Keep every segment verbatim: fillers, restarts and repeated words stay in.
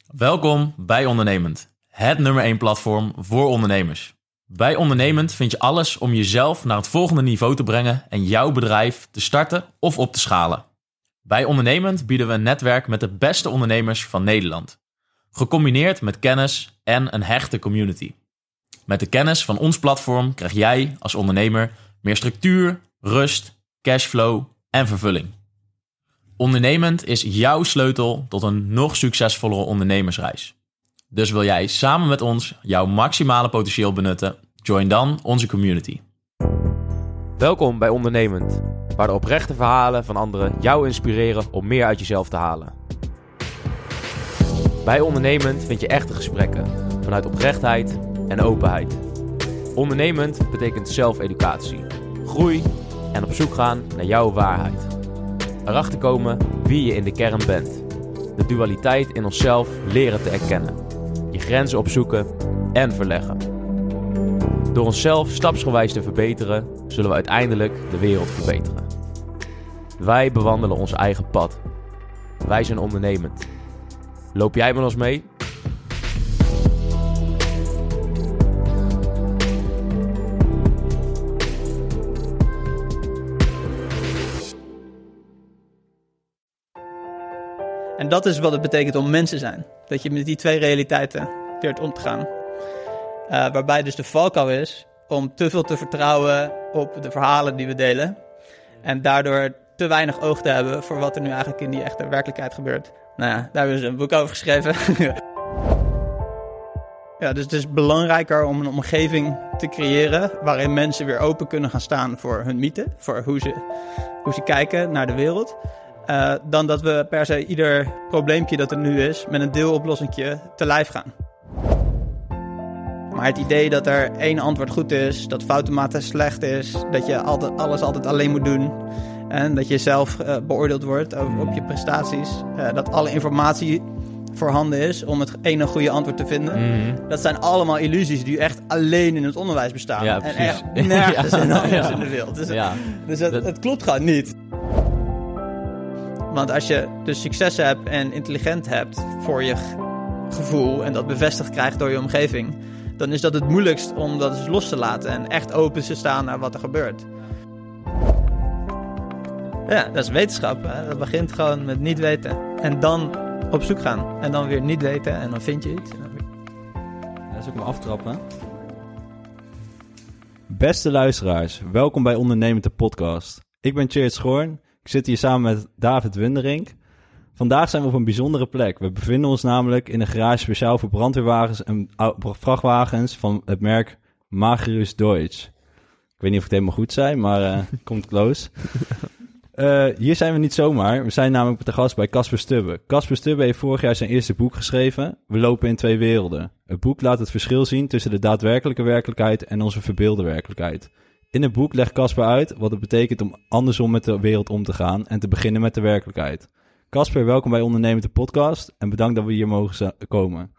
Welkom bij Ondernemend, het nummer één platform voor ondernemers. Bij Ondernemend vind je alles om jezelf naar het volgende niveau te brengen en jouw bedrijf te starten of op te schalen. Bij Ondernemend bieden we een netwerk met de beste ondernemers van Nederland. Gecombineerd met kennis en een hechte community. Met de kennis van ons platform krijg jij als ondernemer meer structuur, rust, cashflow en vervulling. Ondernemend is jouw sleutel tot een nog succesvollere ondernemersreis. Dus wil jij samen met ons jouw maximale potentieel benutten? Join dan onze community. Welkom bij Ondernemend, waar de oprechte verhalen van anderen jou inspireren om meer uit jezelf te halen. Bij Ondernemend vind je echte gesprekken vanuit oprechtheid en openheid. Ondernemend betekent zelfeducatie, groei en op zoek gaan naar jouw waarheid. Erachter komen wie je in de kern bent. De dualiteit in onszelf leren te erkennen. Je grenzen opzoeken en verleggen. Door onszelf stapsgewijs te verbeteren, zullen we uiteindelijk de wereld verbeteren. Wij bewandelen ons eigen pad. Wij zijn ondernemend. Loop jij met ons mee? En dat is wat het betekent om mens te zijn. Dat je met die twee realiteiten leert om te gaan. Uh, waarbij dus de valkuil is om te veel te vertrouwen op de verhalen die we delen. En daardoor te weinig oog te hebben voor wat er nu eigenlijk in die echte werkelijkheid gebeurt. Nou ja, daar hebben ze een boek over geschreven. Ja, dus het is belangrijker om een omgeving te creëren waarin mensen weer open kunnen gaan staan voor hun mythe. Voor hoe ze, hoe ze kijken naar de wereld. Uh, dan dat we per se ieder probleempje dat er nu is met een deeloplossingje te lijf gaan. Maar het idee dat er één antwoord goed is, dat foutmaten slecht is, dat je altijd, alles altijd alleen moet doen en dat je zelf uh, beoordeeld wordt op, op je prestaties, uh, dat alle informatie voorhanden is om het ene goede antwoord te vinden. Mm. Dat zijn allemaal illusies die echt alleen in het onderwijs bestaan. Ja, en echt nergens ja. in, ja. in de wereld. Dus, ja. dus het, het klopt gewoon niet. Want als je dus succes hebt en intelligent hebt voor je gevoel en dat bevestigd krijgt door je omgeving, dan is dat het moeilijkst om dat eens los te laten en echt open te staan naar wat er gebeurt. Ja, dat is wetenschap. Hè? Dat begint gewoon met niet weten en dan op zoek gaan en dan weer niet weten en dan vind je iets. En dan weer... Ja, dat is ook maar aftrappen. Beste luisteraars, welkom bij Ondernemend de podcast. Ik ben Tjeerd Schoorn. Ik zit hier samen met David Wunderink. Vandaag zijn we op een bijzondere plek. We bevinden ons namelijk in een garage speciaal voor brandweerwagens en vrachtwagens van het merk Magirus Deutsch. Ik weet niet of ik het helemaal goed zei, maar uh, komt close. Uh, hier zijn we niet zomaar. We zijn namelijk te gast bij Casper Stubbe. Casper Stubbe heeft vorig jaar zijn eerste boek geschreven. We lopen in twee werelden. Het boek laat het verschil zien tussen de daadwerkelijke werkelijkheid en onze verbeelde werkelijkheid. In het boek legt Casper uit wat het betekent om andersom met de wereld om te gaan en te beginnen met de werkelijkheid. Casper, welkom bij Ondernemend de podcast en bedankt dat we hier mogen komen.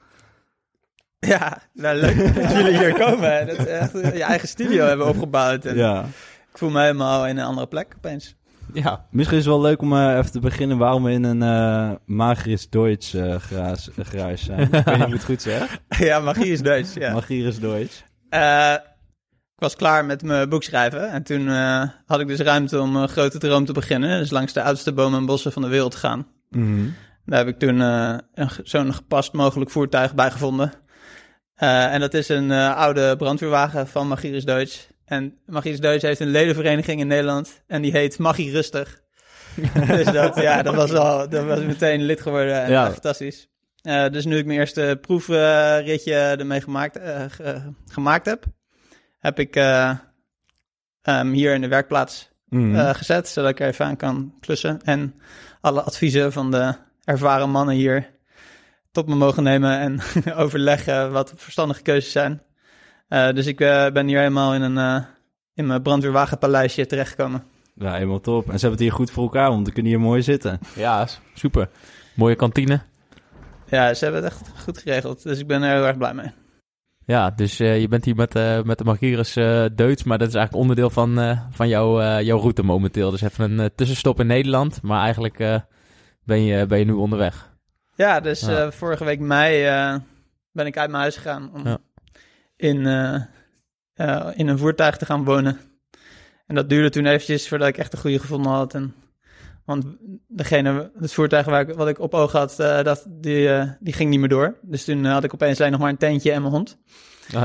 Ja, nou leuk dat jullie hier komen. Dat is echt je eigen studio hebben opgebouwd. En ja. Ik voel me helemaal in een andere plek opeens. Ja. Misschien is het wel leuk om uh, even te beginnen waarom we in een uh, Magirus Deutsch uh, garage, garage zijn. Ik weet niet of ik het goed zeg. Ja, Magirus Deutsch. Ja. Magirus Deutsch. Uh, Ik was klaar met mijn boek schrijven en toen uh, had ik dus ruimte om een grote droom te beginnen. Dus langs de oudste bomen en bossen van de wereld te gaan. Mm-hmm. Daar heb ik toen uh, een, zo'n gepast mogelijk voertuig bij gevonden. Uh, en dat is een uh, oude brandweerwagen van Magirus Deutsch. En Magirus Deutsch heeft een ledenvereniging in Nederland en die heet Magie Rustig. Dus dat, ja, dat was al, dat was meteen lid geworden en ja. Fantastisch. Uh, dus nu ik mijn eerste proefritje uh, ermee gemaakt, uh, g- gemaakt heb... heb ik uh, um, hier in de werkplaats mm. uh, gezet, zodat ik er even aan kan klussen. En alle adviezen van de ervaren mannen hier tot me mogen nemen en overleggen wat verstandige keuzes zijn. Uh, dus ik uh, ben hier helemaal in, een, uh, in mijn brandweerwagenpaleisje terechtgekomen. Ja, helemaal top. En ze hebben het hier goed voor elkaar, want we kunnen hier mooi zitten. Ja, super. Mooie kantine. Ja, ze hebben het echt goed geregeld, dus ik ben er heel erg blij mee. Ja, dus uh, je bent hier met, uh, met de Magirus uh, Deutsch, maar dat is eigenlijk onderdeel van, uh, van jou, uh, jouw route momenteel. Dus even een uh, tussenstop in Nederland, maar eigenlijk uh, ben, je, ben je nu onderweg. Ja, dus Ja. uh, vorige week mei uh, ben ik uit mijn huis gegaan om Ja. in, uh, uh, in een voertuig te gaan wonen. En dat duurde toen eventjes voordat ik echt een goede gevonden had. En, want degene, het voertuig waar ik, wat ik op oog had, uh, dat, die, uh, die ging niet meer door. Dus toen uh, had ik opeens alleen nog maar een tentje en mijn hond. Ja.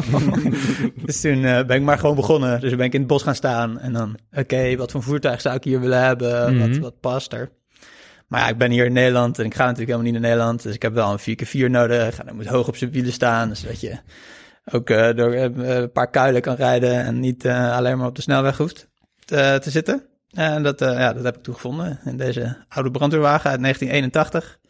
Dus toen uh, ben ik maar gewoon begonnen. Dus ben ik in het bos gaan staan. En dan, oké, okay, wat voor voertuig zou ik hier willen hebben? Mm-hmm. Wat, wat past er? Maar ja, ik ben hier in Nederland en ik ga natuurlijk helemaal niet naar Nederland. Dus ik heb wel een vier keer vier nodig. En dan moet hoog op zijn wielen staan. Dus dat je ook uh, door uh, een paar kuilen kan rijden. En niet uh, alleen maar op de snelweg hoeft te, te zitten. En dat, uh, ja, dat heb ik toen gevonden in deze oude brandweerwagen uit negentien eenentachtig.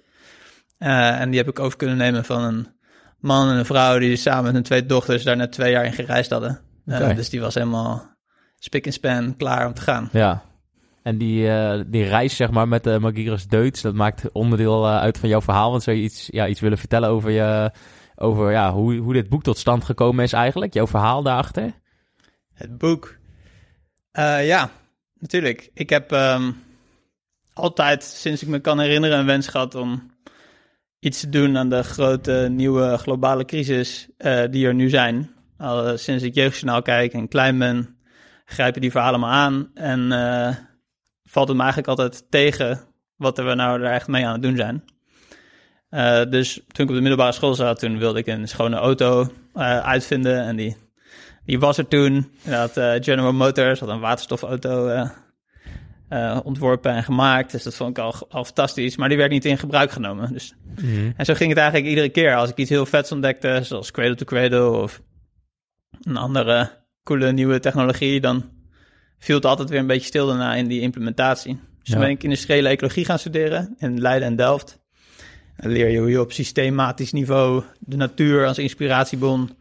Uh, en die heb ik over kunnen nemen van een man en een vrouw die samen met hun twee dochters daar net twee jaar in gereisd hadden. Uh, Okay. Dus die was helemaal spik en span klaar om te gaan. Ja. En die, uh, die reis, zeg maar, met de uh, Magirus Deutz, dat maakt onderdeel uh, uit van jouw verhaal. Want zou je iets, ja, iets willen vertellen over, je, over ja, hoe, hoe dit boek tot stand gekomen is eigenlijk? Jouw verhaal daarachter? Het boek. Uh, ja, natuurlijk. Ik heb um, altijd, sinds ik me kan herinneren, een wens gehad om iets te doen aan de grote nieuwe globale crisis uh, die er nu zijn. Al uh, sinds ik Jeugdjournaal kijk en klein ben, grijpen die verhalen me aan. En uh, valt het me eigenlijk altijd tegen wat we nou er echt mee aan het doen zijn. Uh, dus toen ik op de middelbare school zat, toen wilde ik een schone auto uh, uitvinden. En die, die was er toen. En had, uh, General Motors had een waterstofauto uh, uh, ontworpen en gemaakt. Dus dat vond ik al, al fantastisch. Maar die werd niet in gebruik genomen. Dus. Mm-hmm. En zo ging het eigenlijk iedere keer. Als ik iets heel vets ontdekte, zoals Cradle to Cradle of een andere coole nieuwe technologie, dan viel het altijd weer een beetje stil daarna in die implementatie. Dus Ja. toen ben ik industriële ecologie gaan studeren in Leiden en Delft. Dan leer je hoe je op systematisch niveau de natuur als inspiratiebron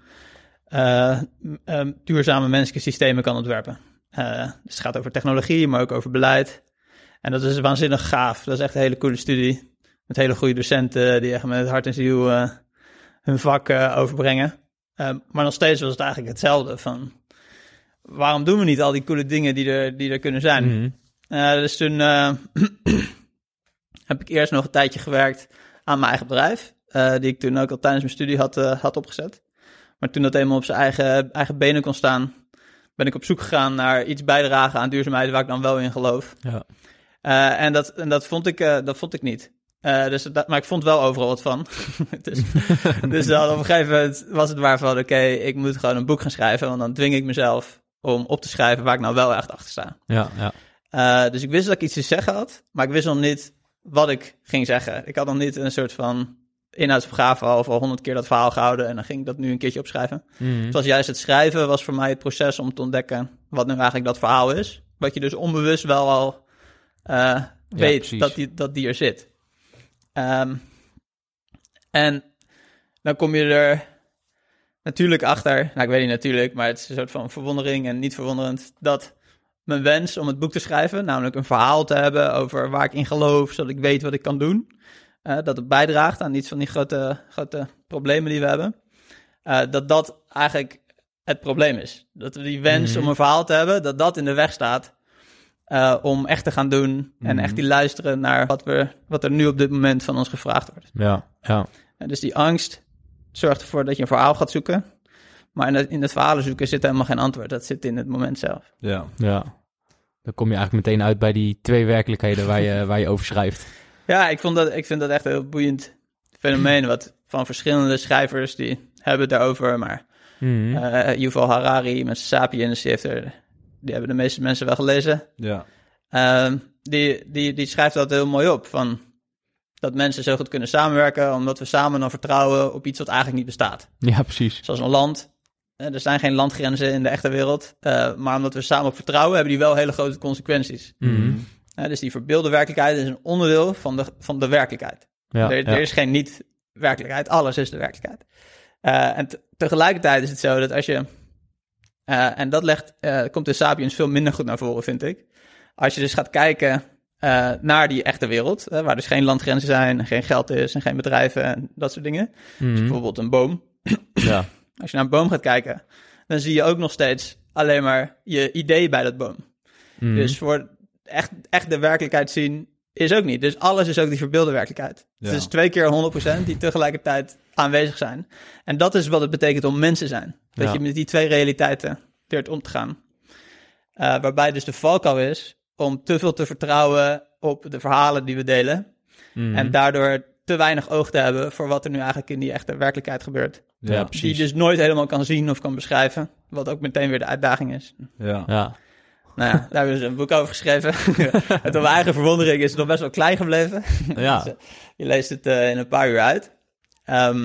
uh, uh, duurzame menselijke systemen kan ontwerpen. Uh, dus het gaat over technologie, maar ook over beleid. En dat is waanzinnig gaaf. Dat is echt een hele coole studie. Met hele goede docenten die echt met hart en ziel uh, hun vak uh, overbrengen. Uh, maar nog steeds was het eigenlijk hetzelfde van, waarom doen we niet al die coole dingen die er, die er kunnen zijn? Mm-hmm. Uh, dus toen uh, heb ik eerst nog een tijdje gewerkt aan mijn eigen bedrijf, uh, die ik toen ook al tijdens mijn studie had, uh, had opgezet. Maar toen dat eenmaal op zijn eigen, eigen benen kon staan, ben ik op zoek gegaan naar iets bijdragen aan duurzaamheid waar ik dan wel in geloof. Ja. Uh, en dat, en dat, vond ik, uh, dat vond ik niet. Uh, dus dat, maar ik vond wel overal wat van. dus dus dan op een gegeven moment was het waar van, oké, okay, ik moet gewoon een boek gaan schrijven, want dan dwing ik mezelf om op te schrijven waar ik nou wel echt achter sta. Ja, ja. Uh, dus ik wist dat ik iets te zeggen had, maar ik wist nog niet wat ik ging zeggen. Ik had nog niet een soort van inhoudsopgave al of al honderd keer dat verhaal gehouden en dan ging ik dat nu een keertje opschrijven. Mm-hmm. Het was juist het schrijven, was voor mij het proces om te ontdekken wat nu eigenlijk dat verhaal is. Wat je dus onbewust wel al uh, weet Ja, dat, die, dat die er zit. Um, en dan kom je er natuurlijk achter, nou ik weet niet natuurlijk, maar het is een soort van verwondering en niet verwonderend, dat mijn wens om het boek te schrijven, namelijk een verhaal te hebben over waar ik in geloof, zodat ik weet wat ik kan doen, uh, dat het bijdraagt aan iets van die grote, grote problemen die we hebben, uh, dat dat eigenlijk het probleem is. Dat we die wens Mm-hmm. om een verhaal te hebben, dat dat in de weg staat uh, om echt te gaan doen en Mm-hmm. echt die luisteren naar wat, we, wat er nu op dit moment van ons gevraagd wordt. Ja, ja. En dus die angst zorgt ervoor dat je een verhaal gaat zoeken, maar in het, in het verhalen zoeken zit helemaal geen antwoord. Dat zit in het moment zelf. Ja. Ja. Dan kom je eigenlijk meteen uit bij die twee werkelijkheden waar je, waar je over schrijft. Ja, ik, vond dat, ik vind dat echt een heel boeiend fenomeen, wat van verschillende schrijvers die hebben het daarover, maar Mm-hmm. uh, Yuval Harari met Sapiens, die, heeft er, die hebben de meeste mensen wel gelezen. Ja. Uh, die, die, die schrijft dat heel mooi op, van dat mensen zo goed kunnen samenwerken, omdat we samen dan vertrouwen op iets wat eigenlijk niet bestaat. Ja, precies. Zoals een land. Uh, er zijn geen landgrenzen in de echte wereld, uh, maar omdat we samen op vertrouwen, hebben die wel hele grote consequenties. Mm-hmm. Uh, dus die verbeelde werkelijkheid is een onderdeel van de, van de werkelijkheid. Ja, er, ja. er is geen niet-werkelijkheid, alles is de werkelijkheid. Uh, en t- tegelijkertijd is het zo dat als je... Uh, en dat legt, uh, komt in Sapiens veel minder goed naar voren, vind ik. Als je dus gaat kijken uh, naar die echte wereld, uh, waar dus geen landgrenzen zijn, en geen geld is en geen bedrijven en dat soort dingen. Mm-hmm. Dus bijvoorbeeld een boom. Ja. Als je naar een boom gaat kijken, dan zie je ook nog steeds alleen maar je idee bij dat boom. Mm-hmm. Dus voor echt, echt de werkelijkheid zien is ook niet. Dus alles is ook die verbeelde werkelijkheid. Ja. Het is twee keer honderd procent die tegelijkertijd aanwezig zijn. En dat is wat het betekent om mensen zijn. Dat Ja. je met die twee realiteiten leert om te gaan. Uh, waarbij dus de valkuil is om te veel te vertrouwen op de verhalen die we delen. Mhm. En daardoor te weinig oog te hebben voor wat er nu eigenlijk in die echte werkelijkheid gebeurt. Ja, Ja, Die precies. je dus nooit helemaal kan zien of kan beschrijven. Wat ook meteen weer de uitdaging is. Ja. Ja. Nou ja, daar hebben we dus een boek over geschreven. En tot mijn eigen verwondering is het nog best wel klein gebleven. Ja. Dus, uh, je leest het uh, in een paar uur uit. Um,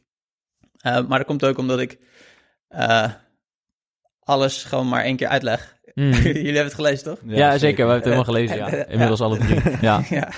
uh, maar dat komt ook omdat ik uh, alles gewoon maar één keer uitleg. Mhm. Jullie hebben het gelezen, toch? Ja, zeker. We hebben het helemaal gelezen, ja. Ja. Inmiddels alle drie. Ja, Ja.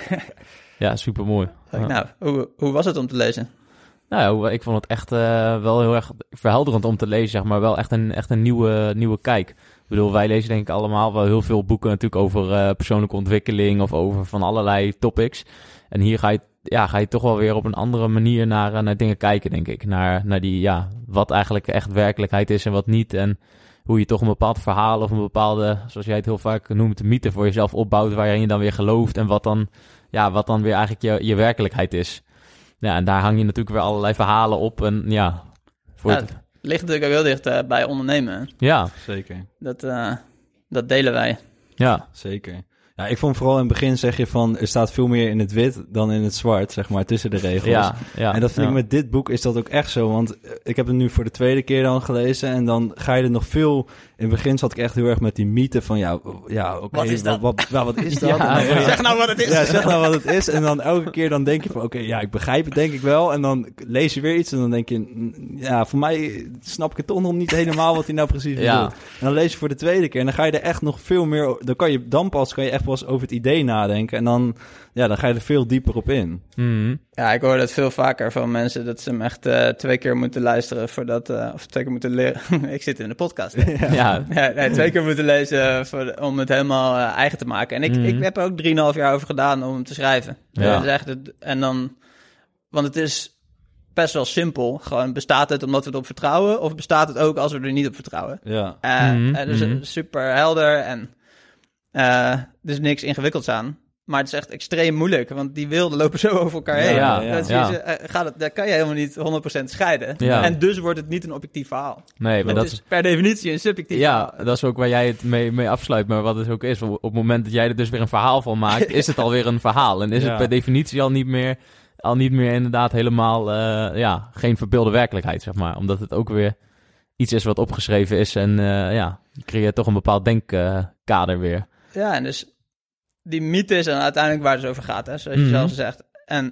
ja super mooi. Nou, hoe, hoe was het om te lezen? Nou ja, ik vond het echt uh, wel heel erg verhelderend om te lezen, zeg maar. Wel echt een, echt een nieuwe, nieuwe kijk. Ik bedoel, wij lezen denk ik allemaal wel heel veel boeken natuurlijk over uh, persoonlijke ontwikkeling of over van allerlei topics. En hier ga je, ja, ga je toch wel weer op een andere manier naar, naar dingen kijken, denk ik. Naar, naar die, ja, wat eigenlijk echt werkelijkheid is en wat niet. En hoe je toch een bepaald verhaal of een bepaalde, zoals jij het heel vaak noemt, mythe voor jezelf opbouwt, waarin je dan weer gelooft en wat dan, ja, wat dan weer eigenlijk je, je werkelijkheid is. Ja, en daar hang je natuurlijk weer allerlei verhalen op en ja. Voor Ja, het, het ligt natuurlijk ook heel dicht uh, bij ondernemen. ja, Zeker. Dat, uh, dat delen wij. ja, Zeker. Ja, ik vond vooral in het begin zeg je van, er staat veel meer in het wit dan in het zwart, zeg maar, tussen de regels. ja, ja. En dat vind ja. ik met dit boek is dat ook echt zo, want eh, ik heb het nu voor de tweede keer dan gelezen en dan ga je er nog veel... In het begin zat ik echt heel erg met die mythe van, ja, ja oké, Wat is dat? Wat, wat, ja, wat is dat? Ja, En dan- ja. Zeg nou wat het is. Ja, zeg nou wat het is. En dan elke keer dan denk je van, oké, ja, ik begrijp het denk ik wel. En dan lees je weer iets en dan denk je, mm, ja, voor mij snap ik het toch nog niet helemaal wat hij nou precies bedoelt. Ja. En dan lees je voor de tweede keer en dan ga je er echt nog veel meer, dan kan je dan pas, kan je echt pas over het idee nadenken. En dan, ja, dan ga je er veel dieper op in. Mhm. Ja, ik hoor dat veel vaker van mensen dat ze hem echt uh, twee keer moeten luisteren voordat, uh, of twee keer moeten leren. Ik zit in de podcast. Hè? Ja, Ja, nee, twee keer moeten lezen voor, om het helemaal uh, eigen te maken. En ik, Mhm. ik heb er ook drieënhalf jaar over gedaan om hem te schrijven. Ja. Dat is echt het, en dan, want het is best wel simpel. Gewoon, bestaat het omdat we erop vertrouwen, of bestaat het ook als we er niet op vertrouwen? Ja. Uh, Mhm, uh, dus mhm. uh, super helder en uh, er is niks ingewikkelds aan. Maar het is echt extreem moeilijk, want die wilden lopen zo over elkaar heen. Ja, ja, dat, zie ja. je, uh, gaat het, dat kan je helemaal niet honderd procent scheiden. Ja. En dus wordt het niet een objectief verhaal. nee, maar Het dat is is... per definitie een subjectief Ja, verhaal. dat is ook waar jij het mee, mee afsluit. Maar wat het ook is, op het moment dat jij er dus weer een verhaal van maakt, is het alweer een verhaal. En is Ja. het per definitie al niet meer, al niet meer inderdaad helemaal, uh, ja, geen verbeelde werkelijkheid, zeg maar. Omdat het ook weer iets is wat opgeschreven is en uh, ja, je creëert toch een bepaald denkkader uh, weer. Ja, en dus die mythe is dan uiteindelijk waar het dus over gaat, hè, zoals je Mhm. zelf zegt. En,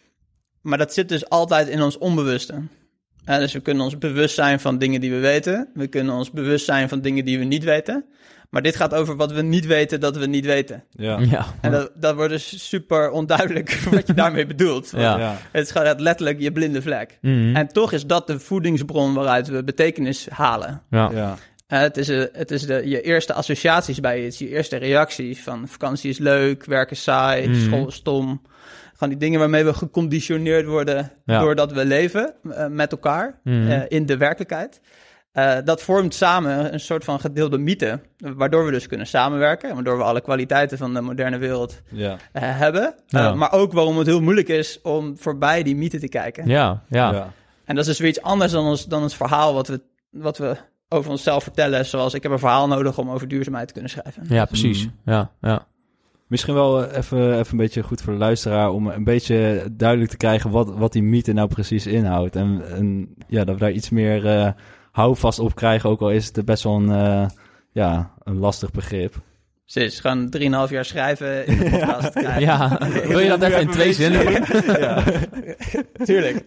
maar dat zit dus altijd in ons onbewuste. En dus we kunnen ons bewust zijn van dingen die we weten. We kunnen ons bewust zijn van dingen die we niet weten. Maar dit gaat over wat we niet weten dat we niet weten. Ja. Ja, En dat, dat wordt dus super onduidelijk wat je daarmee bedoelt. Want Ja. Ja. Het is gewoon echt letterlijk je blinde vlek. Mhm. En toch is dat de voedingsbron waaruit we betekenis halen. ja. Ja. Uh, het is, uh, het is de, je eerste associaties bij iets, je eerste reacties van vakantie is leuk, werk is saai, Mhm. school is stom. Gewoon die dingen waarmee we geconditioneerd worden Ja. doordat we leven uh, met elkaar Mhm. uh, in de werkelijkheid. Uh, dat vormt samen een soort van gedeelde mythe, waardoor we dus kunnen samenwerken, waardoor we alle kwaliteiten van de moderne wereld Ja. uh, hebben. Uh, Ja. Maar ook waarom het heel moeilijk is om voorbij die mythe te kijken. Ja, ja. Ja. En dat is dus weer iets anders dan ons, dan ons verhaal wat we, wat we over onszelf vertellen. Zoals ik heb een verhaal nodig om over duurzaamheid te kunnen schrijven. Ja, precies. Mhm. Ja, ja. Misschien wel even, even een beetje goed voor de luisteraar om een beetje duidelijk te krijgen wat, wat die mythe nou precies inhoudt. En, en ja, dat we daar iets meer uh, houvast op krijgen, ook al is het best wel een, uh, ja, een lastig begrip. Precies, gewoon drieënhalf jaar schrijven in de podcast krijgen. Ja, wil je dat even in twee zinnen doen? Ja. Tuurlijk.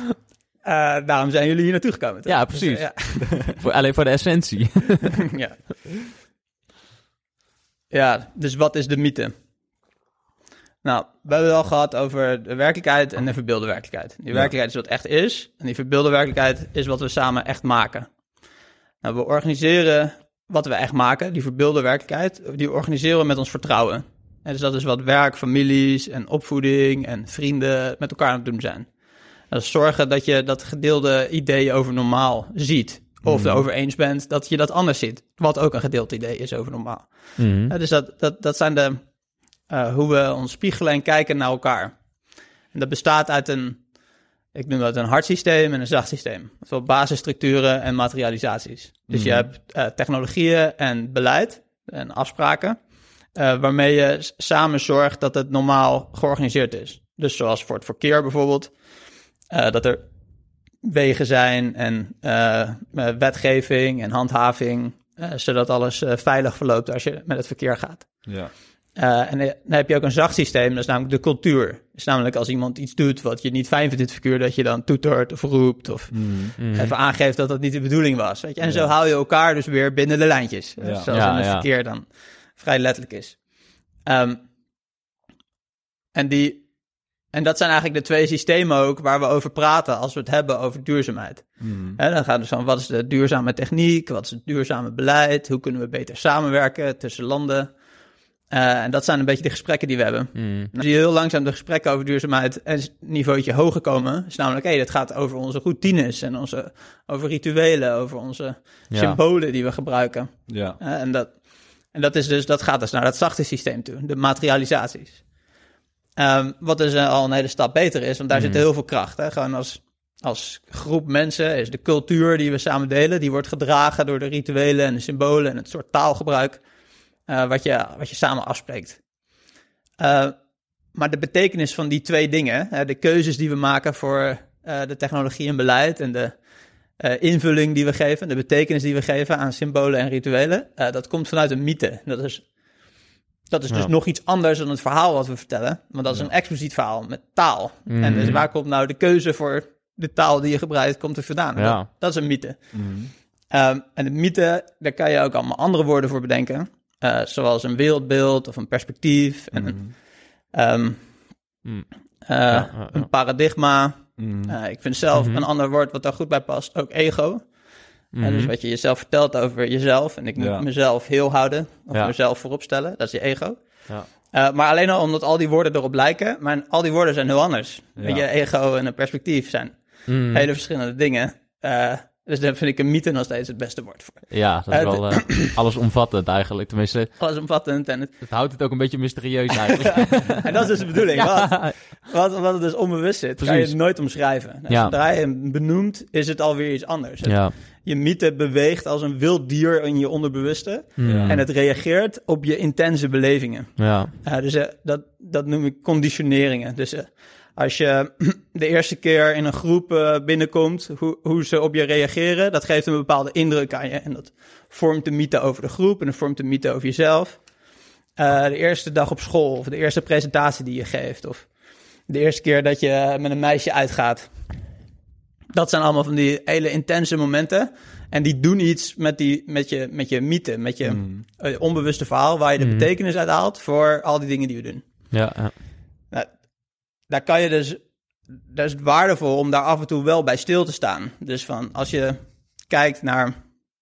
Uh, daarom zijn jullie hier naartoe gekomen. toch? Ja, precies. Dus, uh, Voor, alleen voor de essentie. ja. ja. Ja, dus wat is de mythe? Nou, we hebben het al gehad over de werkelijkheid en de verbeelde werkelijkheid. Die Ja. werkelijkheid is wat echt is. En die verbeelde werkelijkheid is wat we samen echt maken. Nou, we organiseren wat we echt maken, die verbeelde werkelijkheid, die organiseren we met ons vertrouwen. En dus dat is wat werk, families en opvoeding en vrienden met elkaar aan het doen zijn. Dat is zorgen dat je dat gedeelde idee over normaal ziet. Of Mhm. erover eens bent dat je dat anders ziet. Wat ook een gedeeld idee is over normaal. Mhm. Ja, dus dat, dat, dat zijn de, uh, hoe we ons spiegelen en kijken naar elkaar. En dat bestaat uit een, ik noem dat een hard systeem en een zacht systeem. Oftewel basisstructuren en materialisaties. Dus mm-hmm. je hebt uh, technologieën en beleid en afspraken, uh, waarmee je samen zorgt dat het normaal georganiseerd is. Dus zoals voor het verkeer bijvoorbeeld, uh, dat er wegen zijn en uh, wetgeving en handhaving, uh, zodat alles uh, veilig verloopt als je met het verkeer gaat. Ja. Uh, en dan heb je ook een zacht systeem, dat is namelijk de cultuur. Dat is namelijk als iemand iets doet wat je niet fijn vindt in het verkeer, dat je dan toetert of roept of mm-hmm. even aangeeft dat dat niet de bedoeling was. Weet je? En ja. zo hou je elkaar dus weer binnen de lijntjes, ja. zoals ja, in het ja. verkeer dan vrij letterlijk is. Um, en, die, en dat zijn eigenlijk de twee systemen ook waar we over praten als we het hebben over duurzaamheid. Mm. He, dan gaat het dus van wat is de duurzame techniek, wat is het duurzame beleid, hoe kunnen we beter samenwerken tussen landen. Uh, en dat zijn een beetje de gesprekken die we hebben. Mm. Dan zie je heel langzaam de gesprekken over duurzaamheid en een niveautje hoger komen. Is namelijk, hé, hey, het gaat over onze routines en onze, over rituelen, over onze ja. symbolen die we gebruiken. Ja. Uh, en dat, en dat, is dus, dat gaat dus naar dat zachte systeem toe, de materialisaties. Um, wat dus uh, al een hele stap beter is, want daar mm. zit heel veel kracht. Hè? Gewoon als, als groep mensen is de cultuur die we samen delen, die wordt gedragen door de rituelen en de symbolen en het soort taalgebruik. Uh, wat, je, wat je samen afspreekt. Uh, maar de betekenis van die twee dingen, hè, de keuzes die we maken voor uh, de technologie en beleid en de uh, invulling die we geven, de betekenis die we geven aan symbolen en rituelen, uh, dat komt vanuit een mythe. Dat is, dat is dus ja. nog iets anders dan het verhaal wat we vertellen, want dat is ja. een expliciet verhaal met taal. Mm-hmm. En dus waar komt nou de keuze voor de taal die je gebruikt, komt er vandaan? Ja. Dat, dat is een mythe. Mm-hmm. Um, en de mythe, daar kan je ook allemaal andere woorden voor bedenken. Uh, zoals een wereldbeeld of een perspectief en mm. um, mm. Uh, ja, ja, ja. een paradigma. Mm. Uh, ik vind zelf mm-hmm. een ander woord wat daar goed bij past, ook ego. Mm-hmm. Uh, dus wat je jezelf vertelt over jezelf. En ik moet ja. mezelf heel houden of ja. mezelf voorop stellen. Dat is je ego. Ja. Uh, maar alleen al omdat al die woorden erop lijken. Maar al die woorden zijn heel anders. Ja. Je ego en een perspectief zijn mm. hele verschillende dingen. Uh, Dus daar vind ik een mythe nog steeds het beste woord voor. Ja, dat is uh, wel uh, allesomvattend eigenlijk. Tenminste, allesomvattend. En het... het houdt het ook een beetje mysterieus eigenlijk. En dat is dus de bedoeling. Ja. Wat, wat, wat het dus onbewust zit, Precies. kan je het nooit omschrijven. Nou, ja. Zodra je hem benoemt, is het alweer iets anders. Ja. Je mythe beweegt als een wild dier in je onderbewuste. Ja. En het reageert op je intense belevingen. Ja. Uh, dus uh, dat, dat noem ik conditioneringen. Dus... Uh, Als je de eerste keer in een groep uh, binnenkomt, hoe, hoe ze op je reageren, dat geeft een bepaalde indruk aan je. En dat vormt de mythe over de groep en dat vormt de mythe over jezelf. Uh, de eerste dag op school, of de eerste presentatie die je geeft, of de eerste keer dat je met een meisje uitgaat. Dat zijn allemaal van die hele intense momenten. En die doen iets met, die, met, je, met je mythe, met je mm. uh, onbewuste verhaal, waar je de mm. betekenis uit haalt voor al die dingen die we doen. Ja, ja. Nou, daar kan je dus, dat is waardevol om daar af en toe wel bij stil te staan. Dus van, als je kijkt naar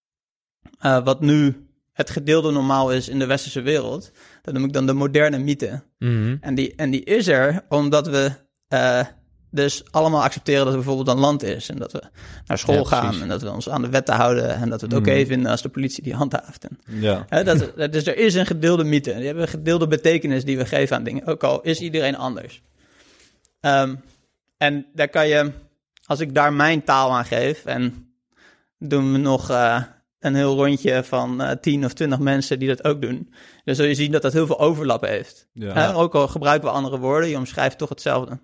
uh, wat nu het gedeelde normaal is in de westerse wereld, dat noem ik dan de moderne mythe. Mm-hmm. En, die, en die is er omdat we uh, dus allemaal accepteren dat er bijvoorbeeld een land is. En dat we naar school ja, gaan precies. en dat we ons aan de wetten houden en dat we het mm-hmm. oké vinden als de politie die handhaaft. En, ja. uh, dat, dat, dus er is een gedeelde mythe. Die hebben een gedeelde betekenis die we geven aan dingen, ook al is iedereen anders. Um, en daar kan je, als ik daar mijn taal aan geef en doen we nog uh, een heel rondje van uh, tien of twintig mensen die dat ook doen, dan zul je zien dat dat heel veel overlap heeft. Ja. Uh, ook al gebruiken we andere woorden, je omschrijft toch hetzelfde.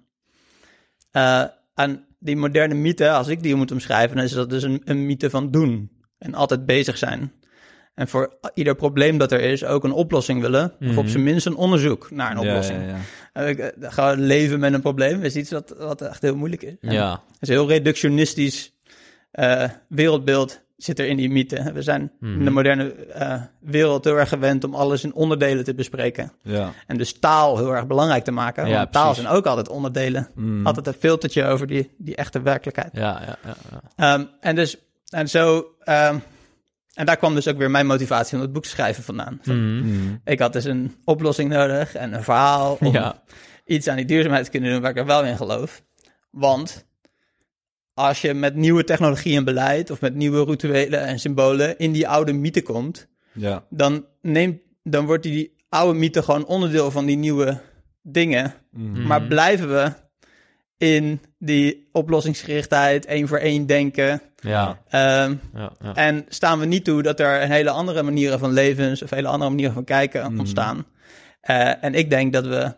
Uh, en die moderne mythe, als ik die moet omschrijven, dan is dat dus een, een mythe van doen en altijd bezig zijn. En voor ieder probleem dat er is, ook een oplossing willen. Mm-hmm. Of op zijn minst een onderzoek naar een oplossing. Ja, ja, ja. Uh, gewoon leven met een probleem is iets wat, wat echt heel moeilijk is. Ja. Het is een heel reductionistisch uh, wereldbeeld zit er in die mythe. We zijn mm-hmm. in de moderne uh, wereld heel erg gewend om alles in onderdelen te bespreken. Ja. En dus taal heel erg belangrijk te maken. Ja, want taal precies. zijn ook altijd onderdelen. Mm. Altijd een filtertje over die, die echte werkelijkheid. Ja, ja, ja, ja. Um, en dus, en zo... Um, En daar kwam dus ook weer mijn motivatie om het boek te schrijven vandaan. Van, mm-hmm. Ik had dus een oplossing nodig en een verhaal om ja. iets aan die duurzaamheid te kunnen doen waar ik er wel in geloof. Want als je met nieuwe technologie en beleid of met nieuwe rituelen en symbolen in die oude mythe komt, ja. dan, neemt, dan wordt die oude mythen gewoon onderdeel van die nieuwe dingen. Mm. Maar blijven we in die oplossingsgerichtheid, één voor één denken. Ja. Um, Ja, ja. En staan we niet toe dat er een hele andere manieren van levens of hele andere manieren van kijken Mm. ontstaan. Uh, en ik denk dat we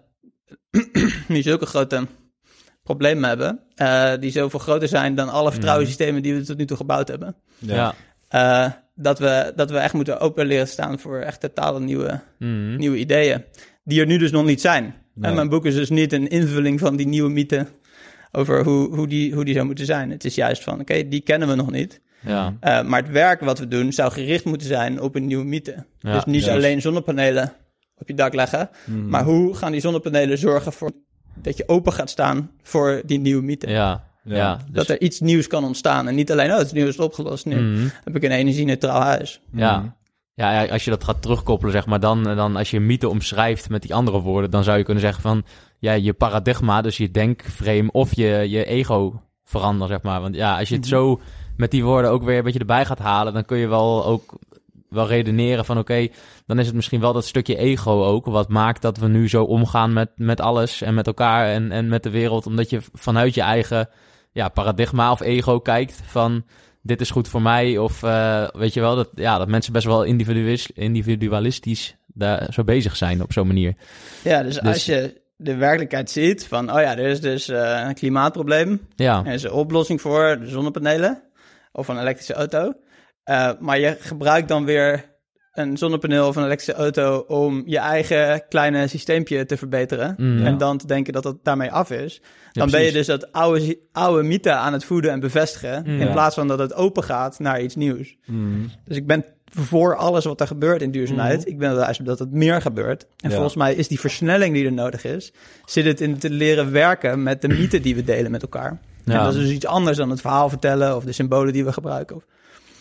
nu zulke grote problemen hebben, uh, die zoveel groter zijn dan alle vertrouwenssystemen die we tot nu toe gebouwd hebben. Ja. Uh, dat, we, dat we echt moeten open leren staan voor echt totale nieuwe, Mhm. nieuwe ideeën, die er nu dus nog niet zijn. Nee. En mijn boek is dus niet een invulling van die nieuwe mythe over hoe, hoe, die, hoe die zou moeten zijn. Het is juist van, oké, okay, die kennen we nog niet. Ja. Uh, maar het werk wat we doen zou gericht moeten zijn op een nieuwe mythe. Ja, dus niet juist. alleen zonnepanelen op je dak leggen, Mm. maar hoe gaan die zonnepanelen zorgen voor dat je open gaat staan voor die nieuwe mythe. Ja. Ja. Ja. Dus, Dat er iets nieuws kan ontstaan en niet alleen, oh, het is nieuw, is het opgelost. Nu Mhm. heb ik een energie-neutraal huis. Ja. Ja, ja, als je dat gaat terugkoppelen, zeg maar, dan, dan als je een mythe omschrijft met die andere woorden, dan zou je kunnen zeggen van, ja, je paradigma, dus je denkframe of je, je ego veranderen, zeg maar. Want ja, als je het zo met die woorden ook weer een beetje erbij gaat halen, dan kun je wel ook wel redeneren van, oké, okay, dan is het misschien wel dat stukje ego ook, wat maakt dat we nu zo omgaan met, met alles en met elkaar en, en met de wereld, omdat je vanuit je eigen ja, paradigma of ego kijkt van, dit is goed voor mij, of uh, weet je wel, dat, ja, dat mensen best wel individualis- individualistisch daar zo bezig zijn op zo'n manier. Ja, dus, Dus- als je de werkelijkheid ziet van, oh ja, er is dus uh, een klimaatprobleem. Ja, Er is een oplossing voor de zonnepanelen of een elektrische auto. Uh, maar je gebruikt dan weer een zonnepaneel of een elektrische auto om je eigen kleine systeempje te verbeteren. Mm, En ja. dan te denken dat het daarmee af is. Dan Ja, ben je precies. dus dat oude, oude mythe aan het voeden en bevestigen. Mm. In Ja. plaats van dat het open gaat naar iets nieuws. Mm. Dus ik ben voor alles wat er gebeurt in duurzaamheid. Mhm. Ik ben er juist op dat het meer gebeurt. En Ja. volgens mij is die versnelling die er nodig is, zit het in te leren werken met de mythe die we delen met elkaar. Ja. En dat is dus iets anders dan het verhaal vertellen of de symbolen die we gebruiken. Of...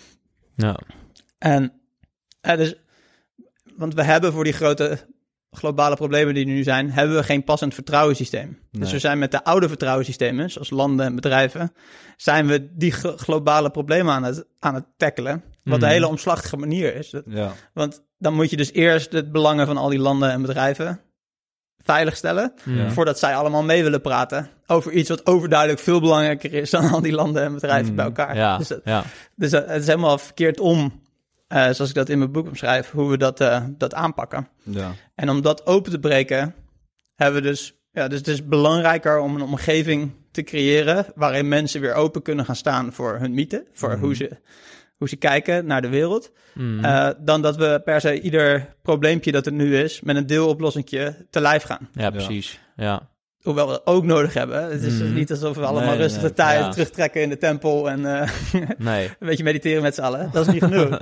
ja. En eh, dus, want we hebben voor die grote globale problemen die er nu zijn, hebben we geen passend vertrouwenssysteem. Nee. Dus we zijn met de oude vertrouwenssystemen, zoals landen en bedrijven, zijn we die glo- globale problemen aan het, aan het tackelen. Wat Mhm. een hele omslachtige manier is. Dat, Ja. want dan moet je dus eerst het belangen van al die landen en bedrijven veiligstellen, Mm. voordat zij allemaal mee willen praten over iets wat overduidelijk veel belangrijker is dan al die landen en bedrijven Mm. bij elkaar. Ja, Dus, dat, ja. dus dat, het is helemaal verkeerd om, uh, zoals ik dat in mijn boek omschrijf, hoe we dat, uh, dat aanpakken. Ja. En om dat open te breken, hebben we dus, ja, dus het is belangrijker om een omgeving te creëren waarin mensen weer open kunnen gaan staan voor hun mythe, voor Mhm. hoe, ze, hoe ze kijken naar de wereld, Mm. uh, dan dat we per se ieder probleempje dat er nu is met een deeloplossingje te lijf gaan. ja, precies. Ja. Hoewel we dat ook nodig hebben. Het is Mhm. niet alsof we allemaal Nee, rustige nee, tijd ja. terugtrekken in de tempel en uh, Nee. een beetje mediteren met z'n allen. Dat is niet genoeg.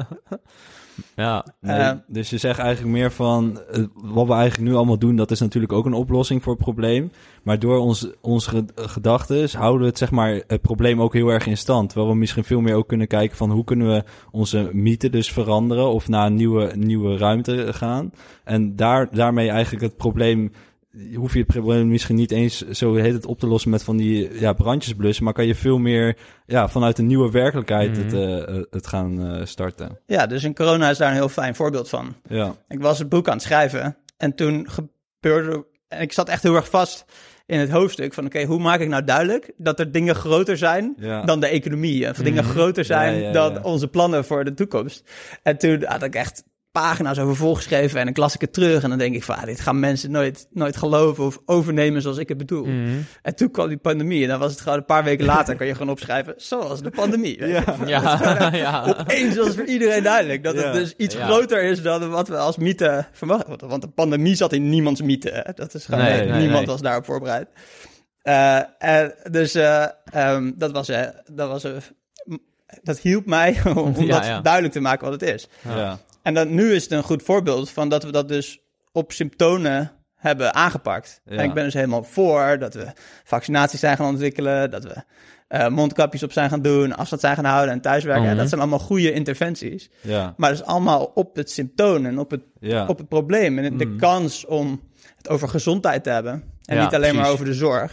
Ja. Nee, Eh, dus je zegt eigenlijk meer van, eh, wat we eigenlijk nu allemaal doen, dat is natuurlijk ook een oplossing voor het probleem. Maar door ons, onze ge- gedachtes houden we het, zeg maar, het probleem ook heel erg in stand. Terwijl we misschien veel meer ook kunnen kijken van, hoe kunnen we onze mythe dus veranderen of naar een nieuwe, nieuwe ruimte gaan. En daar, daarmee eigenlijk het probleem, hoef je het probleem misschien niet eens zo heet het op te lossen met van die ja, brandjes blussen, maar kan je veel meer ja, vanuit een nieuwe werkelijkheid Mhm. het, eh, eh, het gaan eh, starten. Ja, dus in corona is daar een heel fijn voorbeeld van. Ja. Ik was het boek aan het schrijven en toen gebeurde... En ik zat echt heel erg vast in het hoofdstuk van... oké, hoe maak ik nou duidelijk dat er dingen groter zijn Ja. dan de economie? Of dingen Mhm. groter zijn Ja, ja, dan ja. onze plannen voor de toekomst. En toen had ik echt pagina's over volgeschreven en dan las ik het terug. En dan denk ik van, ah, dit gaan mensen nooit, nooit geloven of overnemen zoals ik het bedoel. Mm. En toen kwam die pandemie en dan was het gewoon een paar weken later... kan je gewoon opschrijven, zoals de pandemie. weet je. Ja. Ja. ja. Opeens was het voor iedereen duidelijk dat Ja. het dus iets Ja. groter is dan wat we als mythe verwachten. Want de pandemie zat in niemands mythe. Hè? Dat is gewoon, Nee, nee, nee, niemand nee. was daarop voorbereid. Uh, en dus uh, um, dat was, uh, dat was, uh, dat hielp mij om, om Ja, dat ja. duidelijk te maken wat het is. Ja. Ja. En dan, nu is het een goed voorbeeld van dat we dat dus op symptomen hebben aangepakt. Ja. En ik ben dus helemaal voor dat we vaccinaties zijn gaan ontwikkelen, dat we uh, mondkapjes op zijn gaan doen, afstand zijn gaan houden en thuiswerken. Mhm. Dat zijn allemaal goede interventies. Ja. Maar dat is allemaal op het symptoom en op het, Ja. op het probleem. En de Mhm. kans om het over gezondheid te hebben. En Ja, niet alleen maar precies. over de zorg.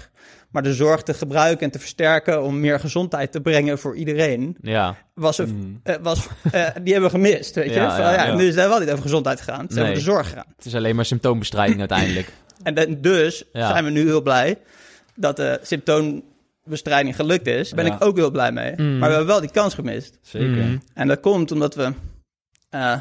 Maar de zorg te gebruiken en te versterken om meer gezondheid te brengen voor iedereen, Ja. was er, Mm. uh, was, uh, die hebben we gemist, weet je. Ja, Van, ja, ja, ja. Nu is het wel niet over gezondheid gegaan, het is Nee. over de zorg gegaan. Het is alleen maar symptoombestrijding uiteindelijk. En de- dus Ja. zijn we nu heel blij dat de symptoombestrijding gelukt is. Daar ben Ja. ik ook heel blij mee. Mm. Maar we hebben wel die kans gemist. Zeker. Mm. En dat komt omdat we uh,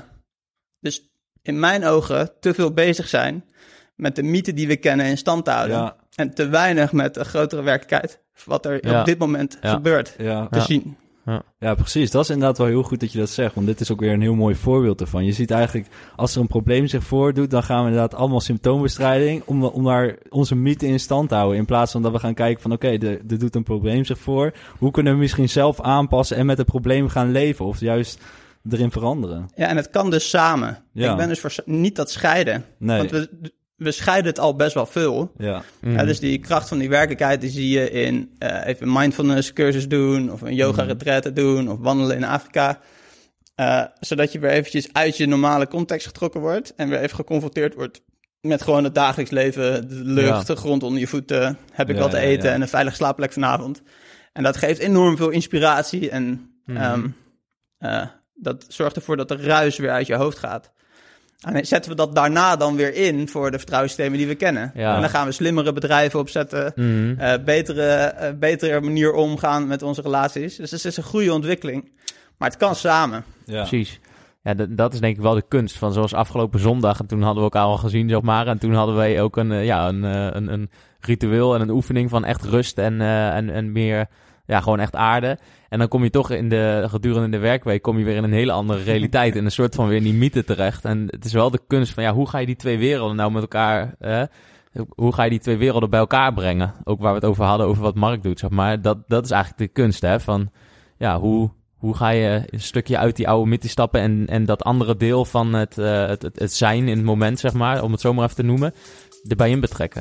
dus in mijn ogen te veel bezig zijn met de mythe die we kennen in stand te houden. Ja, En te weinig met de grotere werkelijkheid, wat er Ja. op dit moment Ja. gebeurt, ja. te Ja. zien. Ja, precies. Dat is inderdaad wel heel goed dat je dat zegt. Want dit is ook weer een heel mooi voorbeeld ervan. Je ziet eigenlijk, als er een probleem zich voordoet, dan gaan we inderdaad allemaal symptoombestrijding om, om daar onze mythe in stand te houden. In plaats van dat we gaan kijken van, oké, okay, er, er doet een probleem zich voor. Hoe kunnen we misschien zelf aanpassen en met het probleem gaan leven? Of juist erin veranderen? Ja, en het kan dus samen. Ja. Ik ben dus voor niet dat scheiden. Nee. Want we, we scheiden het al best wel veel. Ja. Mm. Ja, dus die kracht van die werkelijkheid, die zie je in uh, even mindfulness cursus doen, of een yoga retraite doen, of wandelen in Afrika. Uh, zodat je weer eventjes uit je normale context getrokken wordt en weer even geconfronteerd wordt met gewoon het dagelijks leven, de lucht, Ja. de grond onder je voeten. Heb ik Ja, wat te ja, eten ja. en een veilige slaapplek vanavond. En dat geeft enorm veel inspiratie en Mhm. um, uh, dat zorgt ervoor dat de ruis weer uit je hoofd gaat. En zetten we dat daarna dan weer in voor de vertrouwenssystemen die we kennen. Ja. En dan gaan we slimmere bedrijven opzetten, Mm. uh, betere, uh, betere manier omgaan met onze relaties. Dus het is een goede ontwikkeling. Maar het kan samen. Ja. Precies. Ja, dat, dat is denk ik wel de kunst van zoals afgelopen zondag. En toen hadden we elkaar al gezien, zeg maar. En toen hadden wij ook een, eh, ja, een, eh, een, een ritueel en een oefening van echt rust en, eh, en, en meer, ja, gewoon echt aarde. En dan kom je toch in de, gedurende de werkweek, kom je weer in een hele andere realiteit. In een soort van weer in die mythe terecht. En het is wel de kunst van, ja, hoe ga je die twee werelden nou met elkaar, eh, hoe ga je die twee werelden bij elkaar brengen? Ook waar we het over hadden, over wat Mark doet, zeg maar. Dat, dat is eigenlijk de kunst, hè, van, ja, hoe... Hoe ga je een stukje uit die oude mythe stappen en, en dat andere deel van het, uh, het, het, het zijn in het moment, zeg maar, om het zo maar even te noemen, erbij in betrekken?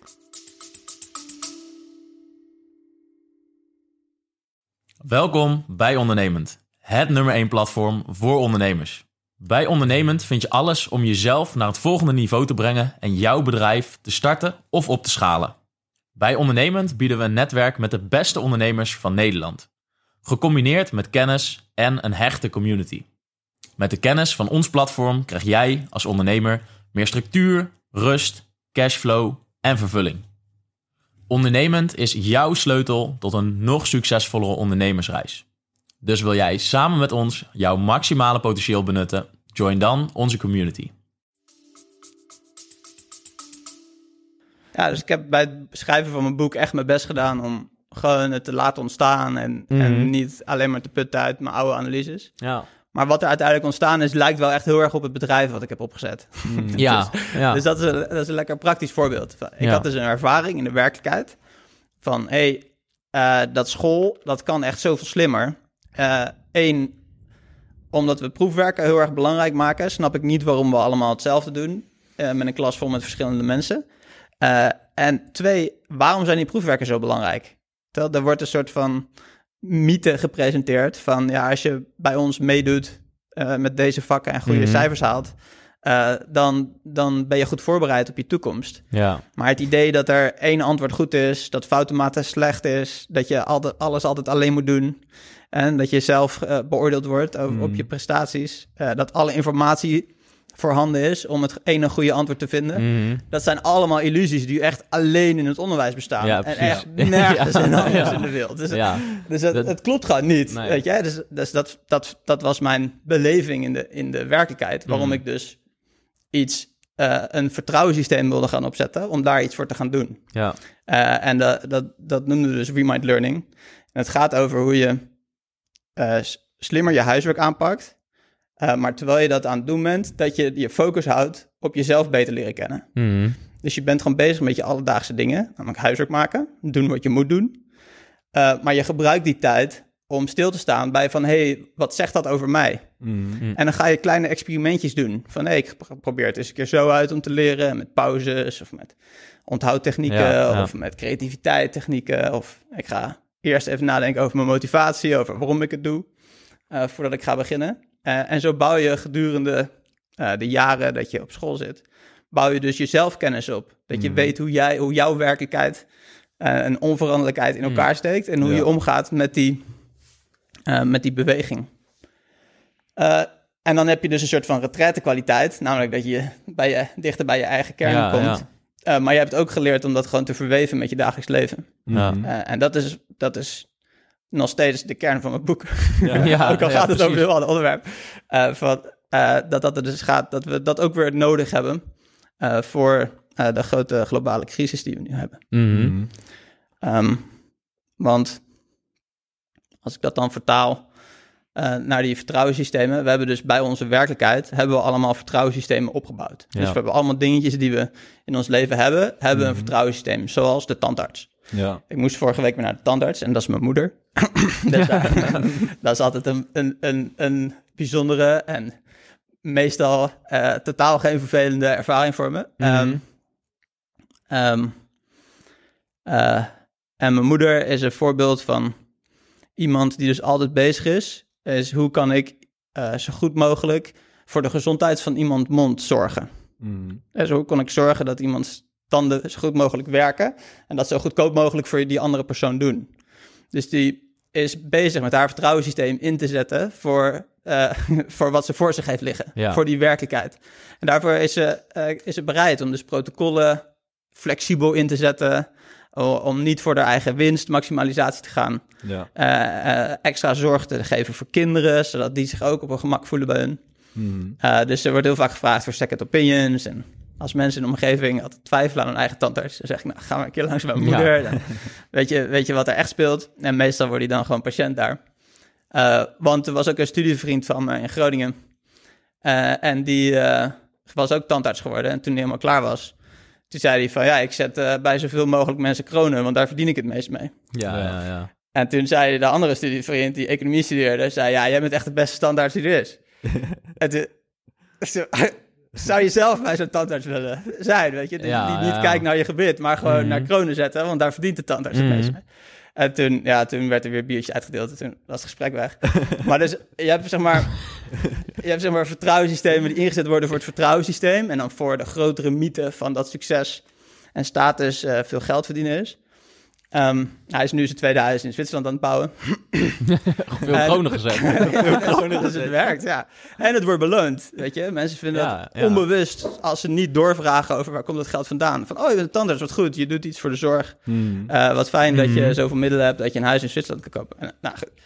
Welkom bij Ondernemend, het nummer één platform voor ondernemers. Bij Ondernemend vind je alles om jezelf naar het volgende niveau te brengen en jouw bedrijf te starten of op te schalen. Bij Ondernemend bieden we een netwerk met de beste ondernemers van Nederland. Gecombineerd met kennis en een hechte community. Met de kennis van ons platform krijg jij als ondernemer meer structuur, rust, cashflow en vervulling. Ondernemend is jouw sleutel tot een nog succesvollere ondernemersreis. Dus wil jij samen met ons jouw maximale potentieel benutten? Join dan onze community. Ja, dus ik heb bij het schrijven van mijn boek echt mijn best gedaan om gewoon het te laten ontstaan en, Mhm. en niet alleen maar te putten uit mijn oude analyses. Ja. Maar wat er uiteindelijk ontstaan is, lijkt wel echt heel erg op het bedrijf wat ik heb opgezet. Ja, ja. Dus dat is, een, dat is een lekker praktisch voorbeeld. Ik Ja. had dus een ervaring in de werkelijkheid van, hé, hey, uh, dat school, dat kan echt zoveel slimmer. Eén, uh, omdat we proefwerken heel erg belangrijk maken, snap ik niet waarom we allemaal hetzelfde doen uh, met een klas vol met verschillende mensen. Uh, en twee, waarom zijn die proefwerken zo belangrijk? Terwijl er wordt een soort van mythe gepresenteerd van, ja, als je bij ons meedoet uh, met deze vakken en goede Mhm. cijfers haalt, uh, dan, dan ben je goed voorbereid op je toekomst. Ja. Maar het idee dat er één antwoord goed is, dat foutenmaten slecht is, dat je altijd, alles altijd alleen moet doen en dat je zelf uh, beoordeeld wordt op, Mhm. op je prestaties, uh, dat alle informatie voorhanden is om het ene goede antwoord te vinden. Mhm. Dat zijn allemaal illusies die echt alleen in het onderwijs bestaan. Ja, en precies. echt nergens Ja. in anders Ja. in de wereld. Dus, Ja. dus het, Dat- het klopt gewoon niet. Nee. Weet je? Dus, dus dat, dat, dat was mijn beleving in de, in de werkelijkheid. Waarom Mm. ik dus iets, uh, een vertrouwenssysteem wilde gaan opzetten om daar iets voor te gaan doen. Ja. Uh, en dat, dat, dat noemden we dus Remind Learning. En het gaat over hoe je uh, slimmer je huiswerk aanpakt. Uh, maar terwijl je dat aan het doen bent, dat je je focus houdt op jezelf beter leren kennen. Mhm. Dus je bent gewoon bezig met je alledaagse dingen, namelijk huiswerk maken, doen wat je moet doen. Uh, maar je gebruikt die tijd om stil te staan bij van, hé, hey, wat zegt dat over mij? Mm. En dan ga je kleine experimentjes doen. Van, hé, hey, ik probeer het eens een keer zo uit om te leren, met pauzes of met onthoudtechnieken Ja, ja. of met creativiteittechnieken. Of ik ga eerst even nadenken over mijn motivatie, over waarom ik het doe, uh, voordat ik ga beginnen. Uh, en zo bouw je gedurende uh, de jaren dat je op school zit, bouw je dus je zelfkennis op. Dat je Mhm. weet hoe, jij, hoe jouw werkelijkheid uh, en onveranderlijkheid in elkaar steekt en hoe Ja. je omgaat met die, uh, met die beweging. Uh, en dan heb je dus een soort van retraite-kwaliteit, namelijk dat je, bij je dichter bij je eigen kern Ja, komt. ja. Uh, maar je hebt ook geleerd om dat gewoon te verweven met je dagelijks leven. Ja. Mhm. Uh, en dat is, dat is nog steeds de kern van mijn boek. Ja. Ja, ook al ja, gaat het precies. over een heel ander onderwerp. Uh, van, uh, dat dat er dus gaat, dat we dat ook weer nodig hebben uh, voor uh, de grote globale crisis die we nu hebben. Mhm. Mhm. Um, want als ik dat dan vertaal uh, naar die vertrouwenssystemen, we hebben dus bij onze werkelijkheid hebben we allemaal vertrouwenssystemen opgebouwd. Ja. Dus we hebben allemaal dingetjes die we in ons leven hebben, hebben we een Mhm. vertrouwenssysteem, zoals de tandarts. Ja. Ik moest vorige week weer naar de tandarts en dat is mijn moeder. dus, uh, dat is altijd een, een, een, een bijzondere en meestal uh, totaal geen vervelende ervaring voor me. Mhm. Um, um, uh, en mijn moeder is een voorbeeld van iemand die dus altijd bezig is. Is hoe kan ik uh, zo goed mogelijk voor de gezondheid van iemand mond zorgen. Mhm. Dus hoe kan ik zorgen dat iemands tanden zo goed mogelijk werken en dat zo goedkoop mogelijk voor die andere persoon doen. Dus die is bezig met haar vertrouwenssysteem in te zetten voor, uh, voor wat ze voor zich heeft liggen, Ja. voor die werkelijkheid. En daarvoor is ze, uh, is ze bereid om dus protocollen flexibel in te zetten, o- om niet voor haar eigen winstmaximalisatie te gaan. Ja. Uh, uh, extra zorg te geven voor kinderen, zodat die zich ook op hun gemak voelen bij hun. Mhm. Uh, dus er wordt heel vaak gevraagd voor second opinions. En als mensen in de omgeving altijd twijfelen aan hun eigen tandarts, dan zeg ik, nou, ga maar een keer langs bij mijn Ja. moeder. Dan weet, je, weet je wat er echt speelt? En meestal wordt hij dan gewoon patiënt daar. Uh, want er was ook een studievriend van me in Groningen. Uh, en die uh, was ook tandarts geworden. En toen hij helemaal klaar was, toen zei hij van, ja, ik zet uh, bij zoveel mogelijk mensen kronen, want daar verdien ik het meest mee. Ja, ja, ja. En toen zei de andere studievriend, die economie studeerde, zei, ja, jij bent echt de beste tandarts die er is. en toen, zo, zou je zelf bij zo'n tandarts willen zijn, weet je? Die, Ja, die niet ja. kijkt naar je gebit, maar gewoon Mhm. naar kronen zetten, want daar verdient de tandarts het Mhm. meest mee. En toen, ja, toen werd er weer biertje uitgedeeld en toen was het gesprek weg. maar dus, je hebt zeg maar, je hebt zeg maar vertrouwenssystemen die ingezet worden voor het vertrouwenssysteem en dan voor de grotere mythe van dat succes en status uh, veel geld verdienen is. Um, hij is nu zijn tweede huis in Zwitserland aan het bouwen. Veel kronen gezet. Veel kronen, dus het werkt, ja. En het wordt beloond, weet je. Mensen vinden Ja, dat ja. onbewust als ze niet doorvragen over waar komt dat geld vandaan. Van, oh, je bent een tandarts, wat goed, je doet iets voor de zorg. Mhm. Uh, wat fijn dat Mhm. je zoveel middelen hebt dat je een huis in Zwitserland kan kopen. En, nou, goed.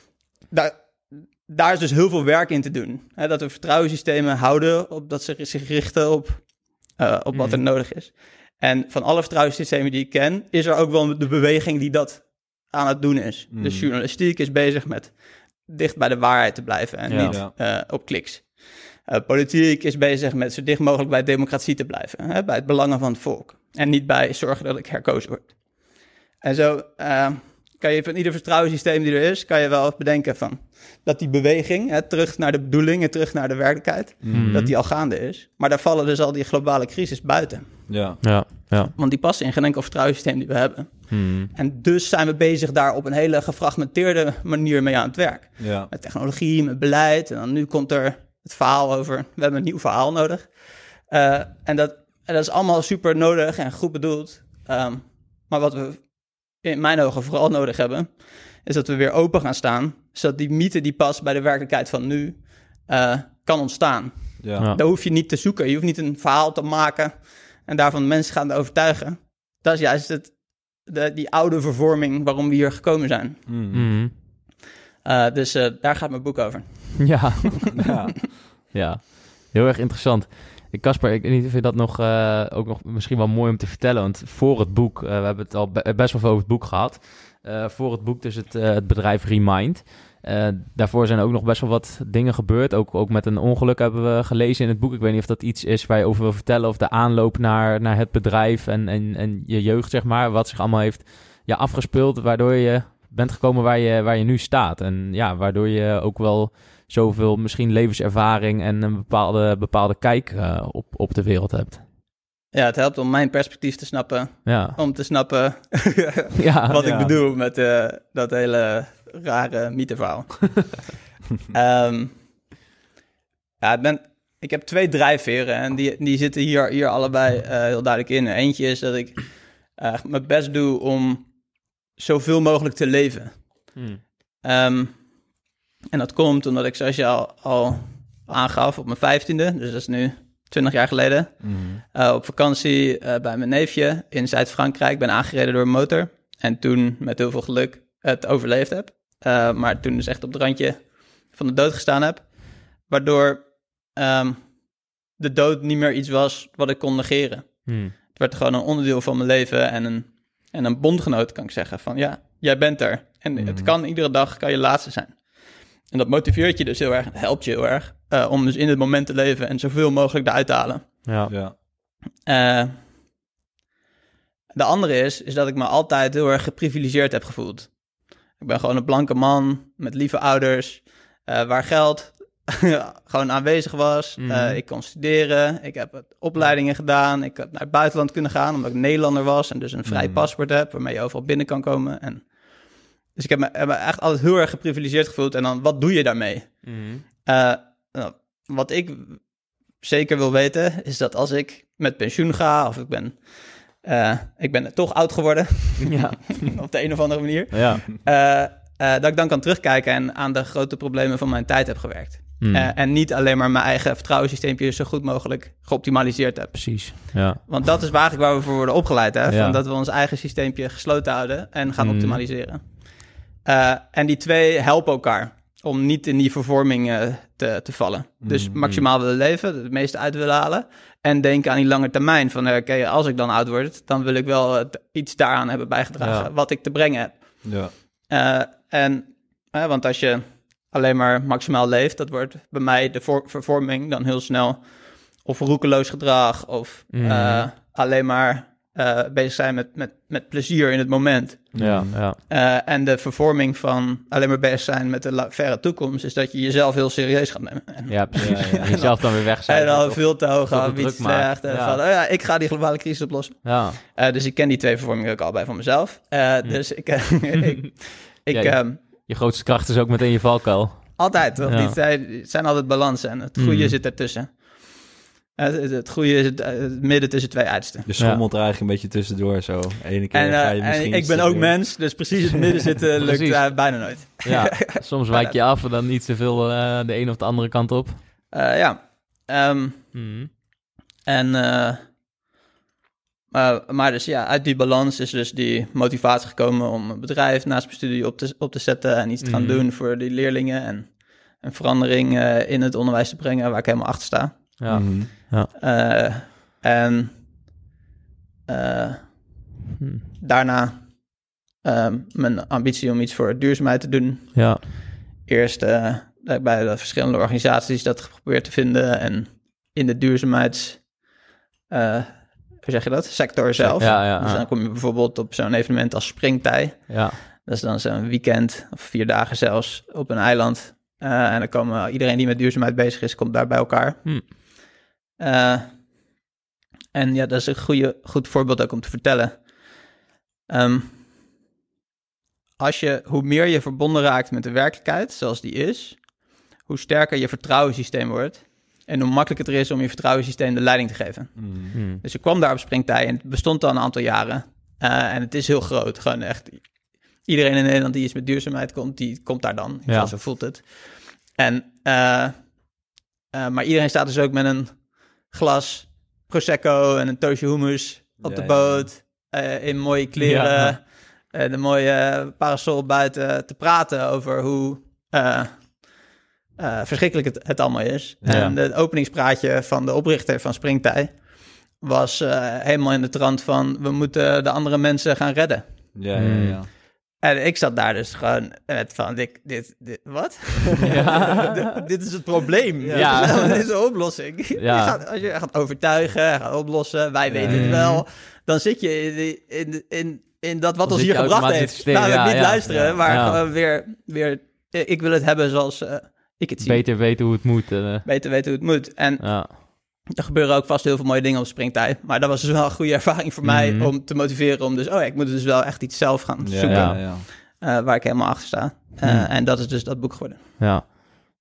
Daar, daar is dus heel veel werk in te doen. Hè, dat we vertrouwenssystemen houden, op dat ze zich richten op, uh, op wat er Mhm. nodig is. En van alle vertrouwenssystemen die ik ken, is er ook wel de beweging die dat aan het doen is. Mm. Dus journalistiek is bezig met dicht bij de waarheid te blijven en Ja. niet uh, op kliks. Uh, politiek is bezig met zo dicht mogelijk bij democratie te blijven, hè, bij het belangen van het volk. En niet bij zorgen dat ik herkozen word. En zo uh, kan je van ieder vertrouwenssysteem die er is, kan je wel bedenken van dat die beweging, hè, terug naar de bedoeling en terug naar de werkelijkheid, Mhm. dat die al gaande is. Maar daar vallen dus al die globale crisis buiten. Ja. Ja, ja. Want die passen in geen enkel vertrouwenssysteem die we hebben. Mhm. En dus zijn we bezig daar op een hele gefragmenteerde manier mee aan het werk. Ja. Met technologie, met beleid. En dan nu komt er het verhaal over, we hebben een nieuw verhaal nodig. Uh, en, dat, en dat is allemaal super nodig en goed bedoeld. Um, maar wat we in mijn ogen vooral nodig hebben, is dat we weer open gaan staan, zodat die mythe die past bij de werkelijkheid van nu uh, kan ontstaan. Ja. Ja. Daar hoef je niet te zoeken. Je hoeft niet een verhaal te maken en daarvan mensen gaan overtuigen. Dat is juist het, de, die oude vervorming waarom we hier gekomen zijn. Mhm. Mhm. Uh, dus uh, daar gaat mijn boek over. Ja. Ja. Ja, heel erg interessant. Casper, ik weet niet of je dat nog, uh, ook nog misschien wel mooi om te vertellen. Want voor het boek, uh, we hebben het al be- best wel veel over het boek gehad. Uh, voor het boek dus het, uh, het bedrijf Remind. Uh, daarvoor zijn er ook nog best wel wat dingen gebeurd. Ook, ook met een ongeluk hebben we gelezen in het boek. Ik weet niet of dat iets is waar je over wil vertellen. Of de aanloop naar, naar het bedrijf en, en, en je jeugd, zeg maar. Wat zich allemaal heeft ja, afgespeeld, waardoor je bent gekomen waar je, waar je nu staat. En ja, waardoor je ook wel zoveel misschien levenservaring en een bepaalde, bepaalde kijk uh, op, op de wereld hebt. Ja, het helpt om mijn perspectief te snappen. Ja, Om te snappen ja. wat ja. ik bedoel met uh, dat hele rare mytheverhaal. um, ja, ik, ben, ik heb twee drijfveren en die, die zitten hier, hier allebei uh, heel duidelijk in. Eentje is dat ik uh, mijn best doe om zoveel mogelijk te leven. Hmm. Um, en dat komt omdat ik, zoals je al, al aangaf, op mijn vijftiende, dus dat is nu twintig jaar geleden, Mm. uh, op vakantie uh, bij mijn neefje in Zuid-Frankrijk ben aangereden door een motor. En toen met heel veel geluk het overleefd heb. Uh, maar toen dus echt op het randje van de dood gestaan heb. Waardoor um, de dood niet meer iets was wat ik kon negeren. Hmm. Het werd gewoon een onderdeel van mijn leven en een, en een bondgenoot, kan ik zeggen. Van ja, jij bent er. En Mhm. het kan iedere dag, kan je laatste zijn. En dat motiveert je dus heel erg, het helpt je heel erg. Uh, om dus in het moment te leven en zoveel mogelijk eruit te halen. Ja. Ja. Uh, de andere is, is dat ik me altijd heel erg geprivilegeerd heb gevoeld. Ik ben gewoon een blanke man met lieve ouders, uh, waar geld gewoon aanwezig was. Mhm. Uh, ik kon studeren, ik heb opleidingen gedaan, ik heb naar het buitenland kunnen gaan, omdat ik Nederlander was en dus een vrij Mhm. paspoort heb, waarmee je overal binnen kan komen. En dus ik heb me, heb me echt altijd heel erg geprivilegeerd gevoeld. En dan, wat doe je daarmee? Hmm. Uh, nou, wat ik zeker wil weten, is dat als ik met pensioen ga, of ik ben, uh, ik ben toch oud geworden, Ja. op de een of andere manier, Ja. uh, uh, dat ik dan kan terugkijken en aan de grote problemen van mijn tijd heb gewerkt. Hmm. Uh, en niet alleen maar mijn eigen vertrouwenssysteempje zo goed mogelijk geoptimaliseerd heb. Precies. Ja. Want dat is eigenlijk waar we voor worden opgeleid, hè? Ja. Van dat we ons eigen systeempje gesloten houden en gaan Mm. optimaliseren. Uh, en die twee helpen elkaar om niet in die vervorming uh, te, te vallen. Dus Mm. maximaal willen leven, het meeste uit willen halen. En denken aan die lange termijn. Van uh, oké, okay, als ik dan oud word, dan wil ik wel uh, iets daaraan hebben bijgedragen. Ja. Wat ik te brengen heb. Ja. Uh, en, uh, want als je alleen maar maximaal leeft, dat wordt bij mij de voor- vervorming dan heel snel of roekeloos gedrag of Mm. uh, alleen maar uh, bezig zijn met, met, met plezier in het moment. Ja. Mhm. Ja. Uh, en de vervorming van alleen maar bezig zijn met de la- verre toekomst is dat je jezelf heel serieus gaat nemen. En, Ja, precies. Ja, ja. En jezelf dan weer wegzetten. en dan Of- veel te hoog of het ambities druk maakt. slecht. En Ja. van, oh ja, ik ga die globale crisis oplossen. Ja. Uh, dus ik ken die twee vervormingen ook al bij van mezelf. Uh, Hm. Dus ik, uh, ik, ik Ja, ja. um, Je grootste kracht is ook meteen je valkuil. altijd, toch? Ja. Die zijn, het zijn altijd balansen en het goede Mm. zit ertussen. Uh, het, het goede is het, uh, het midden tussen twee uitersten. Je schommelt er eigenlijk een beetje tussendoor zo. Ene keer En, uh, ga je en misschien ik iets ben te ook veel. mens, dus precies het midden zitten lukt Precies. uh, bijna nooit. Ja. Soms wijk je af en dan niet zoveel uh, de een of de andere kant op. Uh, ja, um, Mhm. en... Uh, uh, maar dus ja, uit die balans is dus die motivatie gekomen om een bedrijf naast mijn studie op te, op te zetten en iets te gaan Mhm. doen voor die leerlingen en een verandering uh, in het onderwijs te brengen waar ik helemaal achter sta. Ja. Mhm. Uh, en uh, Hm. daarna um, mijn ambitie om iets voor duurzaamheid te doen. Ja. Eerst uh, bij de verschillende organisaties dat geprobeerd te vinden en in de duurzaamheids... Uh, hoe zeg je dat? Sector zelf. Ja, ja, Dus ja. dan kom je bijvoorbeeld op zo'n evenement als Springtij. Ja. Dat is dan zo'n weekend, of vier dagen zelfs, op een eiland. Uh, en dan komen iedereen die met duurzaamheid bezig is, komt daar bij elkaar. Hm. Uh, en ja, dat is een goede, goed voorbeeld ook om te vertellen. Um, als je, hoe meer je verbonden raakt met de werkelijkheid, zoals die is, hoe sterker je vertrouwenssysteem wordt. En hoe makkelijker het er is om je vertrouwenssysteem de leiding te geven. Mhm. Hm. Dus ik kwam daar op Springtij en het bestond al een aantal jaren. Uh, en het is heel groot. Gewoon echt, iedereen in Nederland die iets met duurzaamheid komt, die komt daar dan. In ieder Ja. geval, zo voelt het. En, uh, uh, maar iedereen staat dus ook met een glas Prosecco en een toosje hummus op Ja, de ja, boot. Uh, in mooie kleren. Ja. Uh, de mooie parasol buiten te praten over hoe uh, uh, verschrikkelijk het, het allemaal is. Ja. En het openingspraatje van de oprichter van Springtij was uh, helemaal in de trant van we moeten de andere mensen gaan redden. Ja, ja, ja. En ik zat daar dus gewoon met van, dit, dit, dit wat? Ja. dit, dit is het probleem. Ja. Dit, is, dit is de oplossing. Ja. Je gaat, als je gaat overtuigen, gaat oplossen, wij weten het Mm. wel. Dan zit je in, die- in, in, in dat wat Dan ons zit hier je gebracht automatisch heeft. te Nou, stelen, ja, niet ja. luisteren, Ja. maar Ja. gewoon weer, weer, ik wil het hebben zoals uh, ik het zie. Beter weten hoe het moet. Uh, Beter weten hoe het moet. En ja. er gebeuren ook vast heel veel mooie dingen op Springtij. Maar dat was dus wel een goede ervaring voor mij Mhm. om te motiveren om dus, oh ja, ik moet dus wel echt iets zelf gaan Ja, zoeken. ja, ja. Uh, waar ik helemaal achter sta. Uh, Hmm. En dat is dus dat boek geworden. Ja.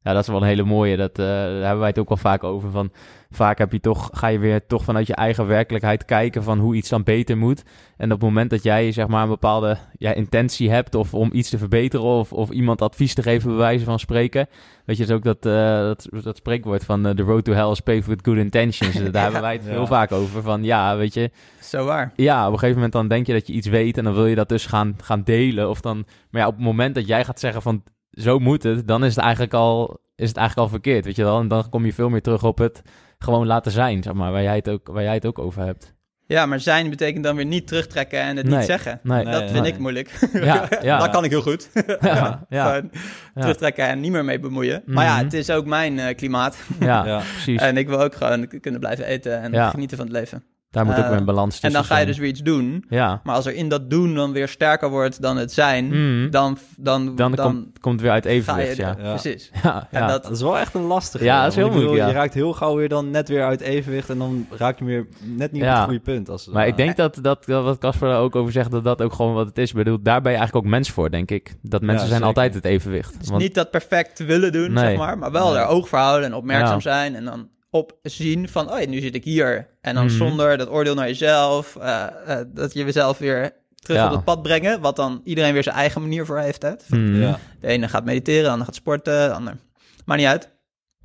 Ja, dat is wel een hele mooie. Dat, uh, daar hebben wij het ook wel vaak over. Van, vaak heb je toch, ga je weer toch vanuit je eigen werkelijkheid kijken van hoe iets dan beter moet. En op het moment dat jij zeg maar een bepaalde ja, intentie hebt of om iets te verbeteren of, of iemand advies te geven bij wijze van spreken. Weet je, is ook dat, uh, dat, dat spreekwoord van uh, the road to hell is paved with good intentions. Daar ja, hebben wij het ja. heel vaak over. Van ja, weet je. Zo waar. Ja, op een gegeven moment dan denk je dat je iets weet en dan wil je dat dus gaan, gaan delen. Of dan, maar ja, op het moment dat jij gaat zeggen van zo moet het, dan is het eigenlijk al, is het eigenlijk al verkeerd, weet je wel. En dan kom je veel meer terug op het gewoon laten zijn, zeg maar, waar jij het ook, waar jij het ook over hebt. Ja, maar zijn betekent dan weer niet terugtrekken en het nee, niet zeggen. Nee, dat nee, vind nee. ik moeilijk. Ja, ja, dat kan ik heel goed. Ja, ja, Gewoon ja. terugtrekken en niet meer mee bemoeien. Mm-hmm. Maar ja, het is ook mijn uh, klimaat. Ja, ja, precies. En ik wil ook gewoon kunnen blijven eten en ja. genieten van het leven. Daar moet uh, ook weer een balans tussen En dan ga je zijn. dus weer iets doen. Ja. Maar als er in dat doen dan weer sterker wordt dan het zijn, mm. dan... Dan, dan, dan komt, komt het weer uit evenwicht, je, ja. ja. Precies. Ja, ja. Dat, dat is wel echt een lastige. Ja, dat is heel moeilijk, ja. Je raakt heel gauw weer dan net weer uit evenwicht en dan raak je weer net niet ja. op het goede punt. Als maar uh, ik denk dat, dat, dat wat Casper er ook over zegt, dat dat ook gewoon wat het is. Ik bedoel, daar ben je eigenlijk ook mens voor, denk ik. Dat mensen ja, zijn zeker. altijd het evenwicht. Dus Want... niet dat perfect willen doen, nee. zeg maar, maar wel nee. er oog voor houden en opmerkzaam ja. zijn en dan... op zien van, oh ja, nu zit ik hier. En dan mm-hmm. zonder dat oordeel naar jezelf, uh, uh, dat je jezelf weer terug ja. op het pad brengen, wat dan iedereen weer zijn eigen manier voor heeft. Hè? Mm-hmm. Ja. De ene gaat mediteren, de ander gaat sporten, de ander... Maakt niet uit.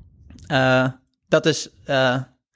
Uh, dat, is, uh,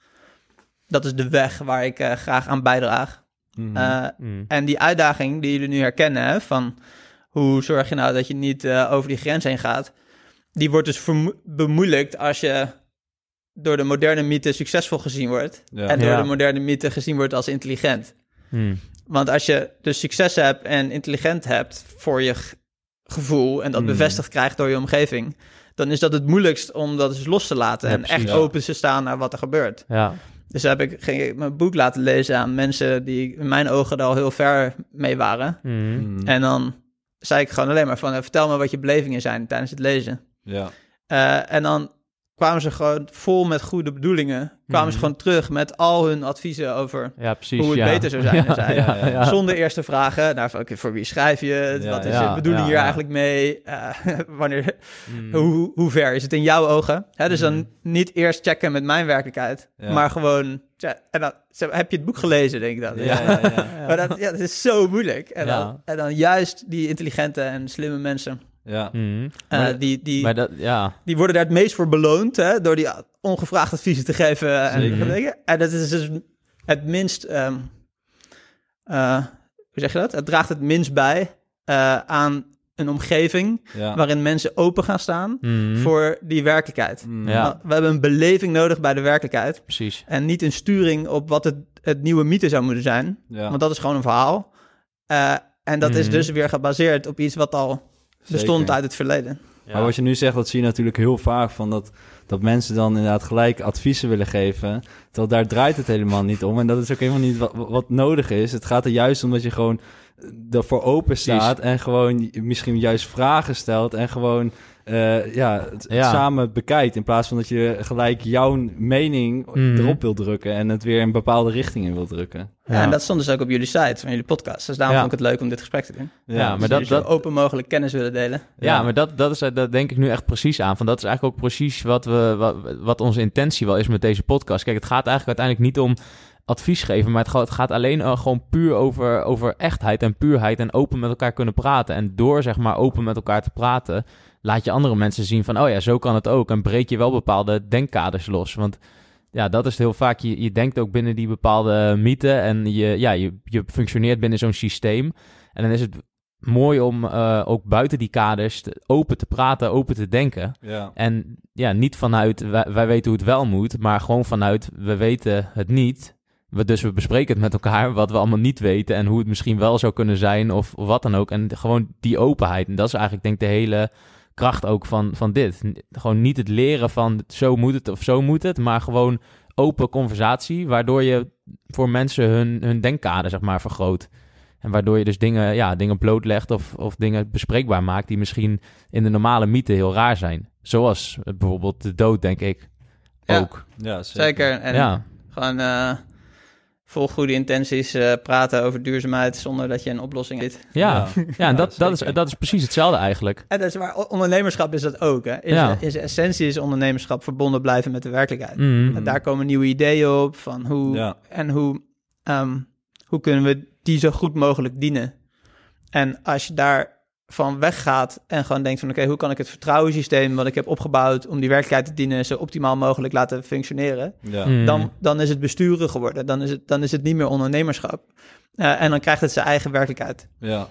dat is de weg waar ik uh, graag aan bijdraag. Mm-hmm. Uh, mm. En die uitdaging die jullie nu herkennen, hè, van hoe zorg je nou dat je niet uh, over die grens heen gaat, die wordt dus vermo- bemoeilijkt als je door de moderne mythe succesvol gezien wordt. Ja. En door ja. de moderne mythe gezien wordt als intelligent. Hmm. Want als je dus succes hebt en intelligent hebt voor je g- gevoel... en dat hmm. bevestigd krijgt door je omgeving... dan is dat het moeilijkst om dat dus los te laten... Ja, en precies, echt ja. open te staan naar wat er gebeurt. Ja. Dus heb ik, ging ik mijn boek laten lezen aan mensen... die in mijn ogen er al heel ver mee waren. Hmm. En dan zei ik gewoon alleen maar van... vertel me wat je belevingen zijn tijdens het lezen. Ja. Uh, en dan... kwamen ze gewoon vol met goede bedoelingen. Kwamen mm-hmm. ze gewoon terug met al hun adviezen over ja, precies, hoe het ja. beter zou zijn. Ja, zijn. Ja, ja, ja. Zonder eerste vragen. Nou, okay, voor wie schrijf je het? Ja, Wat is ja, de bedoeling ja, hier ja. eigenlijk mee? Uh, wanneer, mm. hoe, hoe ver is het in jouw ogen? Hè, dus mm. dan niet eerst checken met mijn werkelijkheid. Ja. Maar gewoon... Ja, en dan heb je het boek gelezen, denk ik dan. Ja, ja, ja, ja. Maar dat, ja, dat is zo moeilijk. En, ja. dan, en dan juist die intelligente en slimme mensen... Ja. Mm. Uh, maar, die, die, maar dat, ja. die worden daar het meest voor beloond, hè, door die ongevraagd adviezen te geven. En, Zeker. en dat is dus het minst, um, uh, hoe zeg je dat? Het draagt het minst bij uh, aan een omgeving ja. waarin mensen open gaan staan mm. voor die werkelijkheid. Mm. Ja. We hebben een beleving nodig bij de werkelijkheid. Precies. En niet een sturing op wat het, het nieuwe mythe zou moeten zijn. Ja. Want dat is gewoon een verhaal. Uh, en dat mm. is dus weer gebaseerd op iets wat al bestond Zeker. uit het verleden. Ja. Maar wat je nu zegt, dat zie je natuurlijk heel vaak van dat, dat mensen dan inderdaad gelijk adviezen willen geven. Terwijl daar draait het helemaal niet om. En dat is ook helemaal niet wat, wat nodig is. Het gaat er juist om dat je gewoon ervoor open staat en gewoon misschien juist vragen stelt en gewoon uh, ja, het, ja. het samen bekijkt. In plaats van dat je gelijk jouw mening mm. erop wil drukken en het weer een bepaalde richting in wil drukken. Ja, ja, en dat stond dus ook op jullie site van jullie podcast. Dus daarom ja. vond ik het leuk om dit gesprek te doen. Ja, ja maar dus dat, dat zo open mogelijk kennis willen delen. Ja, ja. maar dat, dat, is, dat denk ik nu echt precies aan. Van dat is eigenlijk ook precies wat, we, wat, wat onze intentie wel is met deze podcast. Kijk, het gaat eigenlijk uiteindelijk niet om advies geven, maar het gaat, het gaat alleen uh, gewoon puur over, over echtheid en puurheid en open met elkaar kunnen praten. En door, zeg maar, open met elkaar te praten, laat je andere mensen zien van, oh ja, zo kan het ook. En breek je wel bepaalde denkkaders los. Want ja, dat is heel vaak, je, je denkt ook binnen die bepaalde mythe en je, ja, je, je functioneert binnen zo'n systeem. En dan is het mooi om uh, ook buiten die kaders te, open te praten, open te denken. Ja. En ja, niet vanuit, wij, wij weten hoe het wel moet, maar gewoon vanuit, we weten het niet. We, dus we bespreken het met elkaar, wat we allemaal niet weten en hoe het misschien wel zou kunnen zijn of, of wat dan ook. En gewoon die openheid. En dat is eigenlijk denk ik de hele kracht ook van, van dit. Gewoon niet het leren van zo moet het of zo moet het, maar gewoon open conversatie, waardoor je voor mensen hun, hun denkkader, zeg maar, vergroot. En waardoor je dus dingen, ja, dingen blootlegt of, of dingen bespreekbaar maakt die misschien in de normale mythe heel raar zijn. Zoals bijvoorbeeld de dood, denk ik. Ja. Ook. Ja, zeker. zeker. En ja. gewoon... Uh... vol goede intenties uh, praten over duurzaamheid zonder dat je een oplossing hebt. Ja, ja. ja en dat, Ja, dat, is, dat is precies hetzelfde eigenlijk. En dat is waar ondernemerschap is dat ook. Hè? In, Ja. zijn, in zijn essentie is ondernemerschap verbonden blijven met de werkelijkheid. Mm. En daar komen nieuwe ideeën op van hoe Ja. en hoe, um, hoe kunnen we die zo goed mogelijk dienen. En als je daarvan weggaat en gewoon denkt van oké, okay, hoe kan ik het vertrouwenssysteem wat ik heb opgebouwd om die werkelijkheid te dienen zo optimaal mogelijk laten functioneren, Ja. Mm. dan, dan is het besturen geworden. Dan is het, dan is het niet meer ondernemerschap. Uh, en dan krijgt het zijn eigen werkelijkheid. Ja.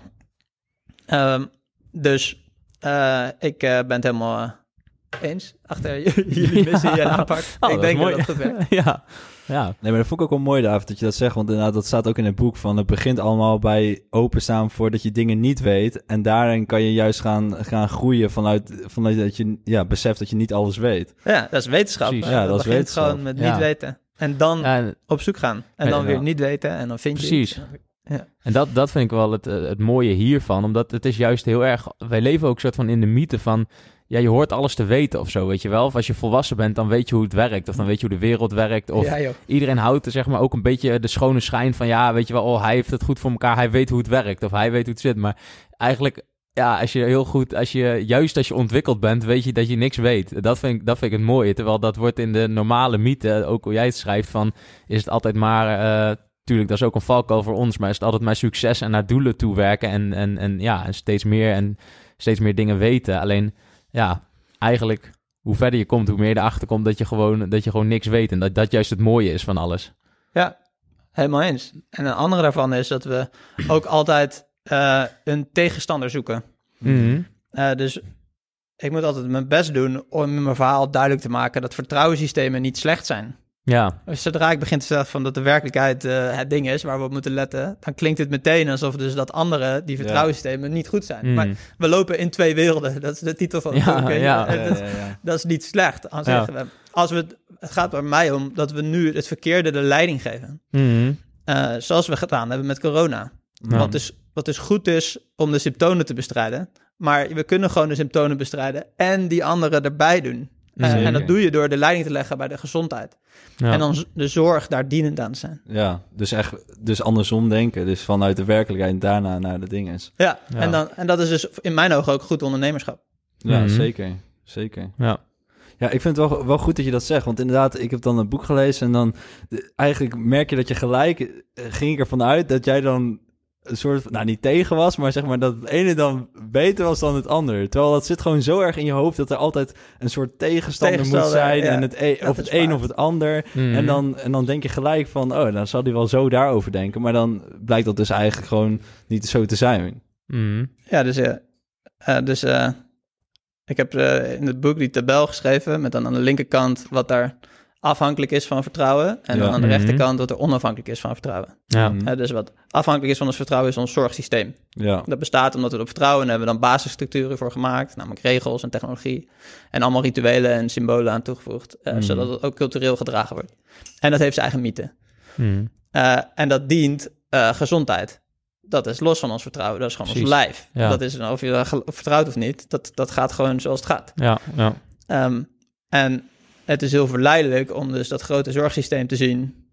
Um, dus uh, ik uh, ben het helemaal uh, eens achter jullie missie en aanpak. Oh, ik dat denk is mooi. dat dat goed werkt. ja. ja. Nee, maar dat vond ik ook wel mooi, David, dat je dat zegt. Want inderdaad, dat staat ook in het boek van... het begint allemaal bij openstaan voordat je dingen niet weet. En daarin kan je juist gaan, gaan groeien vanuit, vanuit dat je ja, beseft dat je niet alles weet. Ja, dat is wetenschap. Precies. Hè? Ja, dat is begint wetenschap. gewoon met Ja. niet weten. En dan Ja, en- op zoek gaan. En Ja, dan ja. weer niet weten. En dan vind je Precies. iets. En dat, dat vind ik wel het, eh, het mooie hiervan. Omdat het is juist heel erg... Wij leven ook soort van in de mythe van... Ja, je hoort alles te weten of zo, weet je wel. Of als je volwassen bent, dan weet je hoe het werkt. Of dan weet je hoe de wereld werkt. Of Ja, joh. iedereen houdt er zeg maar ook een beetje de schone schijn van... Ja, weet je wel, oh, hij heeft het goed voor elkaar. Hij weet hoe het werkt. Of hij weet hoe het zit. Maar eigenlijk... Ja, als je heel goed, als je juist als je ontwikkeld bent, weet je dat je niks weet. Dat vind ik, dat vind ik het mooie. Terwijl dat wordt in de normale mythe, ook hoe jij het schrijft, van is het altijd maar, uh, tuurlijk, dat is ook een valkuil voor ons, maar is het altijd maar succes en naar doelen toe werken en, en, en ja, en steeds meer en steeds meer dingen weten. Alleen, ja, eigenlijk, hoe verder je komt, hoe meer je erachter komt dat je gewoon, dat je gewoon niks weet. En dat dat juist het mooie is van alles. Ja, helemaal eens. En een andere daarvan is dat we ook altijd uh, een tegenstander zoeken. Mm-hmm. Uh, dus ik moet altijd mijn best doen om in mijn verhaal duidelijk te maken dat vertrouwenssystemen niet slecht zijn. Ja. Dus zodra ik begin te zeggen van dat de werkelijkheid uh, het ding is waar we op moeten letten, dan klinkt het meteen alsof dus dat andere, die vertrouwenssystemen, niet goed zijn. Mm. Maar we lopen in twee werelden. Dat is de titel van het Ja, boek. hè? ja. En dat, Ja, ja, ja. dat is niet slecht aan Ja. zich. Als we het, het gaat er mij om dat we nu het verkeerde de leiding geven. Mm-hmm. Uh, zoals we gedaan hebben met corona. Ja. Wat, dus, wat dus goed is om de symptomen te bestrijden. Maar we kunnen gewoon de symptomen bestrijden en die andere erbij doen. Uh, Zeker. en dat doe je door de leiding te leggen bij de gezondheid. Ja. En dan z- de zorg daar dienend aan te zijn. Ja, dus echt dus andersom denken. Dus vanuit de werkelijkheid daarna naar de dinges. Ja, Ja. En, dan, en dat is dus in mijn ogen ook goed ondernemerschap. Ja, Mhm. zeker. Zeker. Ja. Ja, ik vind het wel, wel goed dat je dat zegt. Want inderdaad, ik heb dan een boek gelezen en dan... de- eigenlijk merk je dat je gelijk... eh, ging ik ervan uit dat jij dan een soort van... Nou, niet tegen was, maar zeg maar dat het ene dan beter was dan het ander. Terwijl dat zit gewoon zo erg in je hoofd dat er altijd een soort tegenstander, moet Tegenstander, zijn. ja. En het e- Dat of is het een waar. of het ander. Mhm. En, dan, en dan denk je gelijk van... Oh, dan zal hij wel zo daarover denken. Maar dan blijkt dat dus eigenlijk gewoon niet zo te zijn. Mm-hmm. Ja, dus, uh, uh, dus uh, ik heb uh, in het boek die tabel geschreven met dan aan de linkerkant wat daar afhankelijk is van vertrouwen. En Ja. dan aan de Mhm. rechterkant wat er onafhankelijk is van vertrouwen. Ja. Mhm. Uh, dus wat afhankelijk is van ons vertrouwen is ons zorgsysteem. Ja. Dat bestaat omdat we erop vertrouwen en daar hebben we dan basisstructuren voor gemaakt, namelijk regels en technologie en allemaal rituelen en symbolen aan toegevoegd, uh, Mhm. zodat het ook cultureel gedragen wordt. En dat heeft zijn eigen mythe. Mm-hmm. Uh, en dat dient uh, gezondheid. Dat is los van ons vertrouwen, dat is gewoon Precies. ons lijf. Ja. Dat is, of je daar gel- vertrouwt of niet, dat, dat gaat gewoon zoals het gaat. Ja, ja. Um, en het is heel verleidelijk om dus dat grote zorgsysteem te zien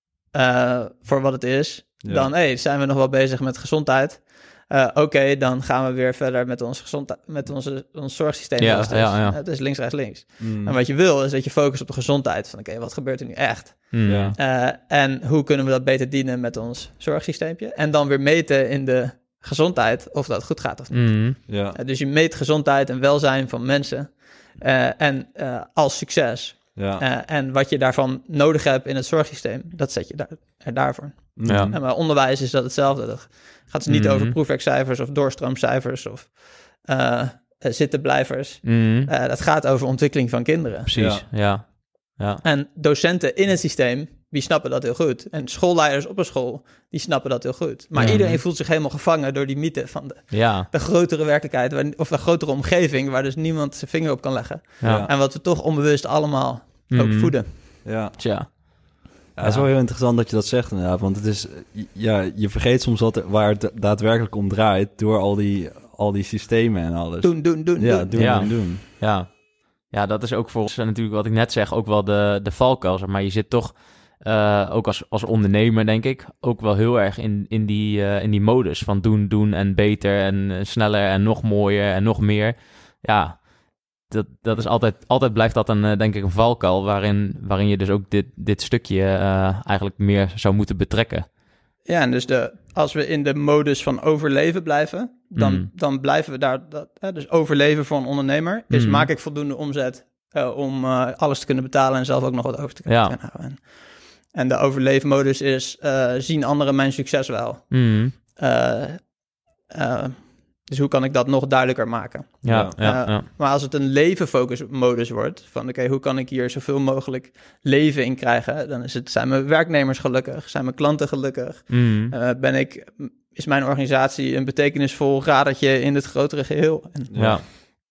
uh, voor wat het is. Ja. Dan, hé, hey, zijn we nog wel bezig met gezondheid? Uh, Oké, okay, dan gaan we weer verder met ons, gezondheid, met onze, ons zorgsysteem. Ja, zoals het is. ja, ja. Het is links, rechts, links. Mm. En wat je wil, is dat je focust op de gezondheid. Van oké, okay, wat gebeurt er nu echt? Mm. Ja. Uh, en hoe kunnen we dat beter dienen met ons zorgsysteempje? En dan weer meten in de gezondheid of dat goed gaat of niet. Mm-hmm. Ja. Uh, dus je meet gezondheid en welzijn van mensen uh, en uh, als succes. Ja. Uh, en wat je daarvan nodig hebt in het zorgsysteem, dat zet je daar, er daarvoor. Ja. Mm. En bij onderwijs is dat hetzelfde. Dat gaat dus niet Mhm. over proefwerkcijfers of doorstroomcijfers of uh, uh, zittenblijvers. Mm-hmm. Uh, dat gaat over ontwikkeling van kinderen. Precies, ja. ja. ja. En docenten in het systeem, die snappen dat heel goed. En schoolleiders op een school, die snappen dat heel goed. Maar Mhm. iedereen voelt zich helemaal gevangen door die mythe van de, Ja, de grotere werkelijkheid, waar, of de grotere omgeving, waar dus niemand zijn vinger op kan leggen. ja. En wat we toch onbewust allemaal ook Mhm. voeden. Ja. Tja. Ja, het is wel heel interessant dat je dat zegt inderdaad. Want het is, ja, je vergeet soms wat, waar het daadwerkelijk om draait door al die, al die systemen en alles. Doen, doen, doen, Ja, doen. doen, Ja. doen, doen. Ja. Ja, dat is ook voor ons eh, natuurlijk wat ik net zeg, ook wel de, de valkuil. Zeg maar je zit toch, uh, ook als, als ondernemer, denk ik, ook wel heel erg in, in, die, uh, in die modus van doen, doen en beter en uh, sneller en nog mooier en nog meer. Ja, dat, dat is altijd, altijd blijft dat een, uh, denk ik, een valkuil waarin, waarin je dus ook dit, dit stukje uh, eigenlijk meer zou moeten betrekken. Ja, en dus de, als we in de modus van overleven blijven, dan, Mm. dan blijven we daar. Dat, hè, dus overleven voor een ondernemer is Mm. maak ik voldoende omzet uh, om uh, alles te kunnen betalen en zelf ook nog wat over te kunnen Ja. houden. En, en de overleefmodus is uh, zien anderen mijn succes wel. Mm. Uh, uh, dus hoe kan ik dat nog duidelijker maken? Ja, Ja. ja, ja. Uh, ja. Maar als het een levenfocus-modus wordt, van oké, okay, hoe kan ik hier zoveel mogelijk leven in krijgen? Dan is het, zijn mijn werknemers gelukkig? Zijn mijn klanten gelukkig? Mm. Uh, ben ik, is mijn organisatie een betekenisvol radertje in het grotere geheel? En Ja.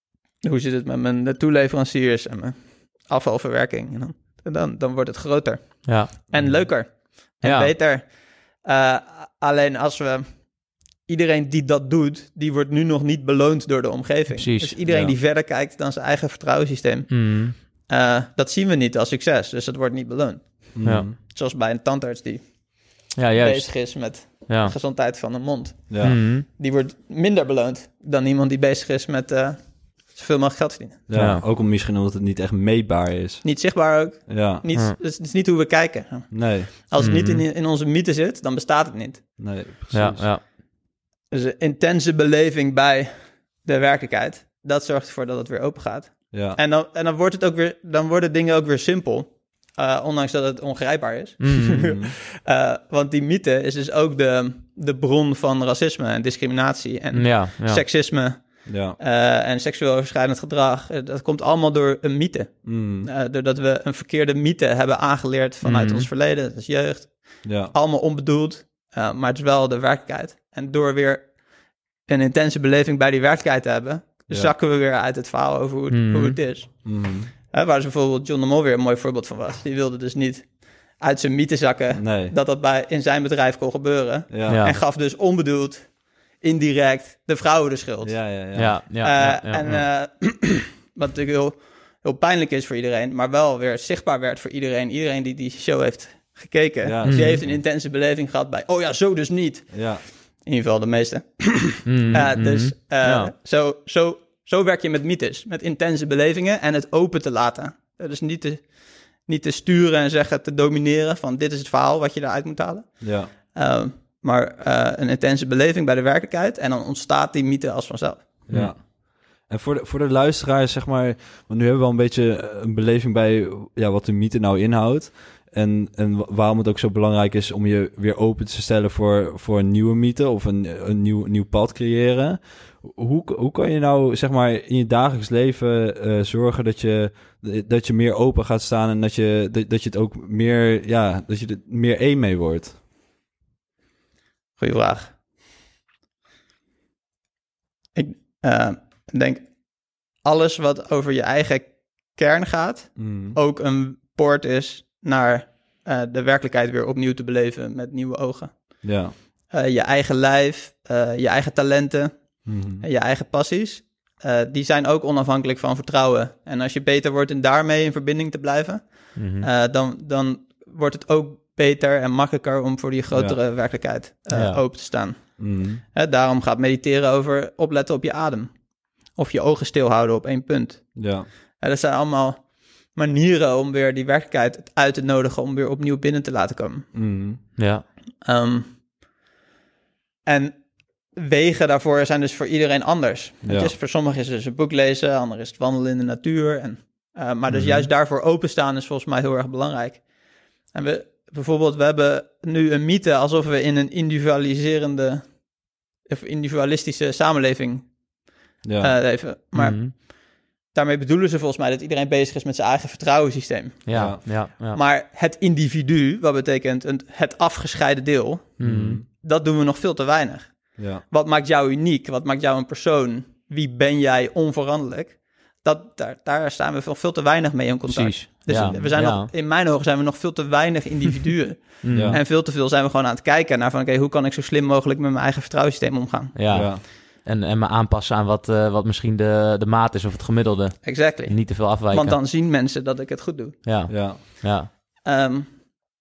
hoe zit het met mijn toeleveranciers en mijn afvalverwerking? En dan, en dan, dan wordt het groter Ja. en leuker en Ja. beter. Uh, alleen als we... Iedereen die dat doet, die wordt nu nog niet beloond door de omgeving. Precies, Dus iedereen ja. die verder kijkt dan zijn eigen vertrouwenssysteem, Mm. uh, dat zien we niet als succes. Dus dat wordt niet beloond. Ja. Mm. Zoals bij een tandarts die Ja, juist. bezig is met Ja. de gezondheid van de mond. Ja. Mm. Die wordt minder beloond dan iemand die bezig is met uh, zoveel mogelijk geld verdienen. Ja, Ja. ook om misschien omdat het niet echt meetbaar is. Niet zichtbaar ook. Ja, Niet, Ja. het, is, het is niet hoe we kijken. nee, Als het niet Mhm. in, in onze mythe zit, dan bestaat het niet. nee, precies. Ja, ja. Dus een intense beleving bij de werkelijkheid, dat zorgt ervoor dat het weer open gaat. Ja. En dan, en dan wordt het ook weer, dan worden dingen ook weer simpel. Uh, ondanks dat het ongrijpbaar is. Mm. Mm. Uh, want die mythe is dus ook de, de bron van racisme en discriminatie en Ja, ja. seksisme Ja. uh, en seksueel overschrijdend gedrag. Uh, dat komt allemaal door een mythe. Mm. Uh, doordat we een verkeerde mythe hebben aangeleerd vanuit Mhm. ons verleden, dat is jeugd. Ja. Allemaal onbedoeld, uh, maar het is wel de werkelijkheid. En door weer een intense beleving bij die werkelijkheid te hebben, Ja. zakken we weer uit het verhaal over hoe het, Mhm. hoe het is. Mm. Hè, waar ze bijvoorbeeld John de Mol weer een mooi voorbeeld van was. Die wilde dus niet uit zijn mythe zakken Nee. dat dat bij, in zijn bedrijf kon gebeuren. Ja. Ja. En gaf dus onbedoeld, indirect, de vrouwen de schuld. Ja, ja, ja. Ja, ja, Uh, ja, ja, en ja. uh, wat natuurlijk heel, heel pijnlijk is voor iedereen, maar wel weer zichtbaar werd voor iedereen. Iedereen die die show heeft gekeken, Ja, die zeker. heeft een intense beleving gehad bij, oh ja, zo dus niet. Ja. In ieder geval de meeste. Mm, Uh, mm, dus uh, ja. zo, zo, zo werk je met mythes, met intense belevingen en het open te laten. Uh, dus niet te, niet te sturen en zeggen, te domineren van dit is het verhaal wat je eruit moet halen. Ja. Uh, maar uh, een intense beleving bij de werkelijkheid en dan ontstaat die mythe als vanzelf. Ja. En voor de, voor de luisteraars, zeg maar, want nu hebben we wel een beetje een beleving bij ja, wat de mythe nou inhoudt. En, en waarom het ook zo belangrijk is om je weer open te stellen voor, voor een nieuwe mythe of een, een nieuw, nieuw pad creëren. Hoe, hoe kan je nou, zeg maar, in je dagelijks leven uh, zorgen dat je, dat je meer open gaat staan en dat je, dat, dat je het ook meer, ja, dat je er meer één mee wordt? Goeie vraag. Ik uh, denk, alles wat over je eigen kern gaat, Mm. ook een poort is naar uh, de werkelijkheid weer opnieuw te beleven met nieuwe ogen. Ja. Uh, je eigen lijf, uh, je eigen talenten, Mm. je eigen passies, uh, die zijn ook onafhankelijk van vertrouwen. En als je beter wordt in daarmee in verbinding te blijven, Mhm. uh, dan, dan wordt het ook beter en makkelijker om voor die grotere Ja. werkelijkheid uh, Ja. open te staan. Mm. Hè, daarom gaat mediteren over opletten op je adem. Of je ogen stilhouden op één punt. Ja. Hè, dat zijn allemaal manieren om weer die werkelijkheid uit te nodigen om weer opnieuw binnen te laten komen. Mm. Ja. Um, en wegen daarvoor zijn dus voor iedereen anders. Ja. Het is, voor sommigen is het dus een boek lezen, anderen is het wandelen in de natuur. En, uh, maar dus Mhm. juist daarvoor openstaan is volgens mij heel erg belangrijk. En we, bijvoorbeeld, we hebben nu een mythe alsof we in een individualiserende of individualistische samenleving Ja. uh, leven. Maar Mhm. daarmee bedoelen ze volgens mij dat iedereen bezig is met zijn eigen vertrouwenssysteem. Ja, ja, ja. Maar het individu, wat betekent een, het afgescheiden deel, Mhm. dat doen we nog veel te weinig. Ja. Wat maakt jou uniek? Wat maakt jou een persoon? Wie ben jij onveranderlijk? Dat, daar, daar staan we veel, veel te weinig mee in contact. Precies. Dus ja, we zijn ja. nog, in mijn ogen zijn we nog veel te weinig individuen. Mhm. Ja. En veel te veel zijn we gewoon aan het kijken naar van... oké, hoe kan ik zo slim mogelijk met mijn eigen vertrouwenssysteem omgaan? Ja. Ja. En, en me aanpassen aan wat, uh, wat misschien de, de maat is of het gemiddelde. Exactly. Niet te veel afwijken. Want dan zien mensen dat ik het goed doe. Ja, Ja. ja. Um,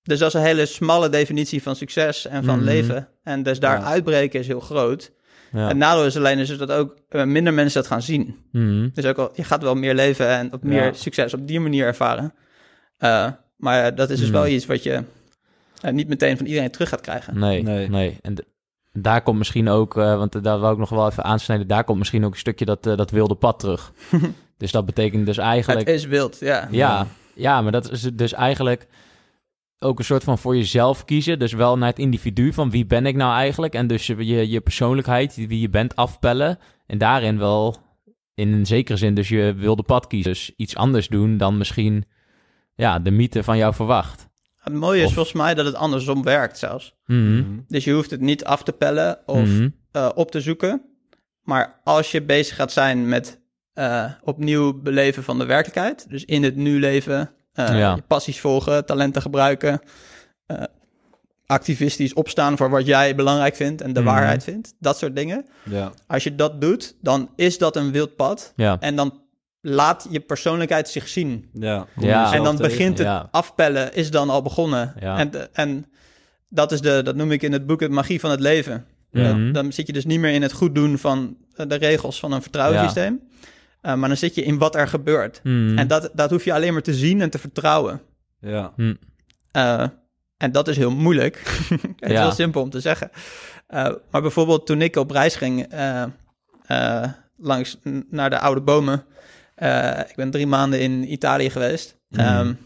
dus dat is een hele smalle definitie van succes en van Mhm. leven. En dus daar Ja. uitbreken is heel groot. Ja. Het nadeel is alleen is dat ook uh, minder mensen dat gaan zien. Mhm. Dus ook al, je gaat wel meer leven en op meer Ja. succes op die manier ervaren. Uh, maar dat is dus Mhm. wel iets wat je uh, niet meteen van iedereen terug gaat krijgen. Nee, nee, Nee. En d- daar komt misschien ook, uh, want daar wou ik nog wel even aansnijden, daar komt misschien ook een stukje dat, uh, dat wilde pad terug. Dus dat betekent dus eigenlijk... Het is wild, ja. Ja, ja, maar dat is dus eigenlijk ook een soort van voor jezelf kiezen. Dus wel naar het individu van wie ben ik nou eigenlijk. En dus je, je, je persoonlijkheid, wie je bent, afpellen. En daarin wel in een zekere zin dus je wilde pad kiezen. Dus iets anders doen dan misschien ja, de mythe van jou verwacht. Het mooie is Of- volgens mij dat het andersom werkt zelfs. Mhm. Mhm. Dus je hoeft het niet af te pellen of Mhm. uh, op te zoeken. Maar als je bezig gaat zijn met uh, opnieuw beleven van de werkelijkheid, dus in het nu leven, uh, Ja. je passies volgen, talenten gebruiken, uh, activistisch opstaan voor wat jij belangrijk vindt en de Mhm. waarheid vindt, dat soort dingen. Ja. Als je dat doet, dan is dat een wild pad Ja. en dan laat je persoonlijkheid zich zien. Ja. Kom Ja. jezelf En dan tegen. begint het Ja. afpellen, is dan al begonnen. Ja. En, en dat is de, dat noem ik in het boek het magie van het leven. Ja. Dan, dan zit je dus niet meer in het goed doen van de regels van een vertrouwenssysteem. Uh, maar dan zit je in wat er gebeurt. Mhm. En dat, dat hoef je alleen maar te zien en te vertrouwen. Ja. Mhm. Uh, en dat is heel moeilijk. Het is Ja. heel simpel om te zeggen. Uh, maar bijvoorbeeld toen ik op reis ging uh, uh, langs n- naar de oude bomen. Uh, ik ben drie maanden in Italië geweest Mhm. um,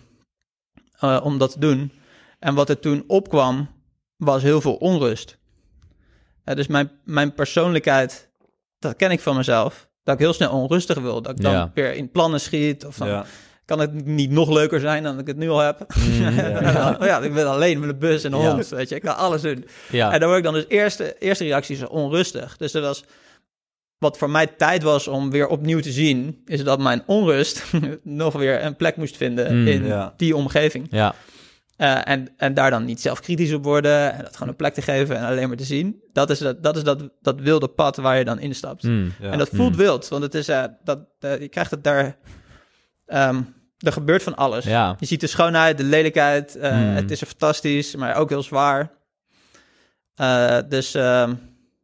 uh, om dat te doen. En wat er toen opkwam was heel veel onrust. Uh, dus mijn, mijn persoonlijkheid, dat ken ik van mezelf. Dat ik heel snel onrustig wil. Dat ik dan Ja. weer in plannen schiet. Of dan Ja. kan het niet nog leuker zijn dan ik het nu al heb. Mhm. ja. Oh ja, ik ben alleen met een bus en een Ja. hond, weet je. Ik kan alles doen. Ja. En dan word ik dan dus eerste, eerste reactie is onrustig. Dus dat was wat voor mij tijd was om weer opnieuw te zien, is dat mijn onrust nog weer een plek moest vinden Mm, in ja. die omgeving. Ja. Uh, en, en daar dan niet zelf kritisch op worden en dat gewoon een plek te geven en alleen maar te zien. Dat is dat, dat, is dat, dat wilde pad waar je dan instapt. Mhm. Ja. En dat voelt Mm. wild, want het is, uh, dat, uh, je krijgt het daar, um, er gebeurt van alles. Ja. Je ziet de schoonheid, de lelijkheid, uh, Mm. het is er fantastisch, maar ook heel zwaar. Uh, dus uh,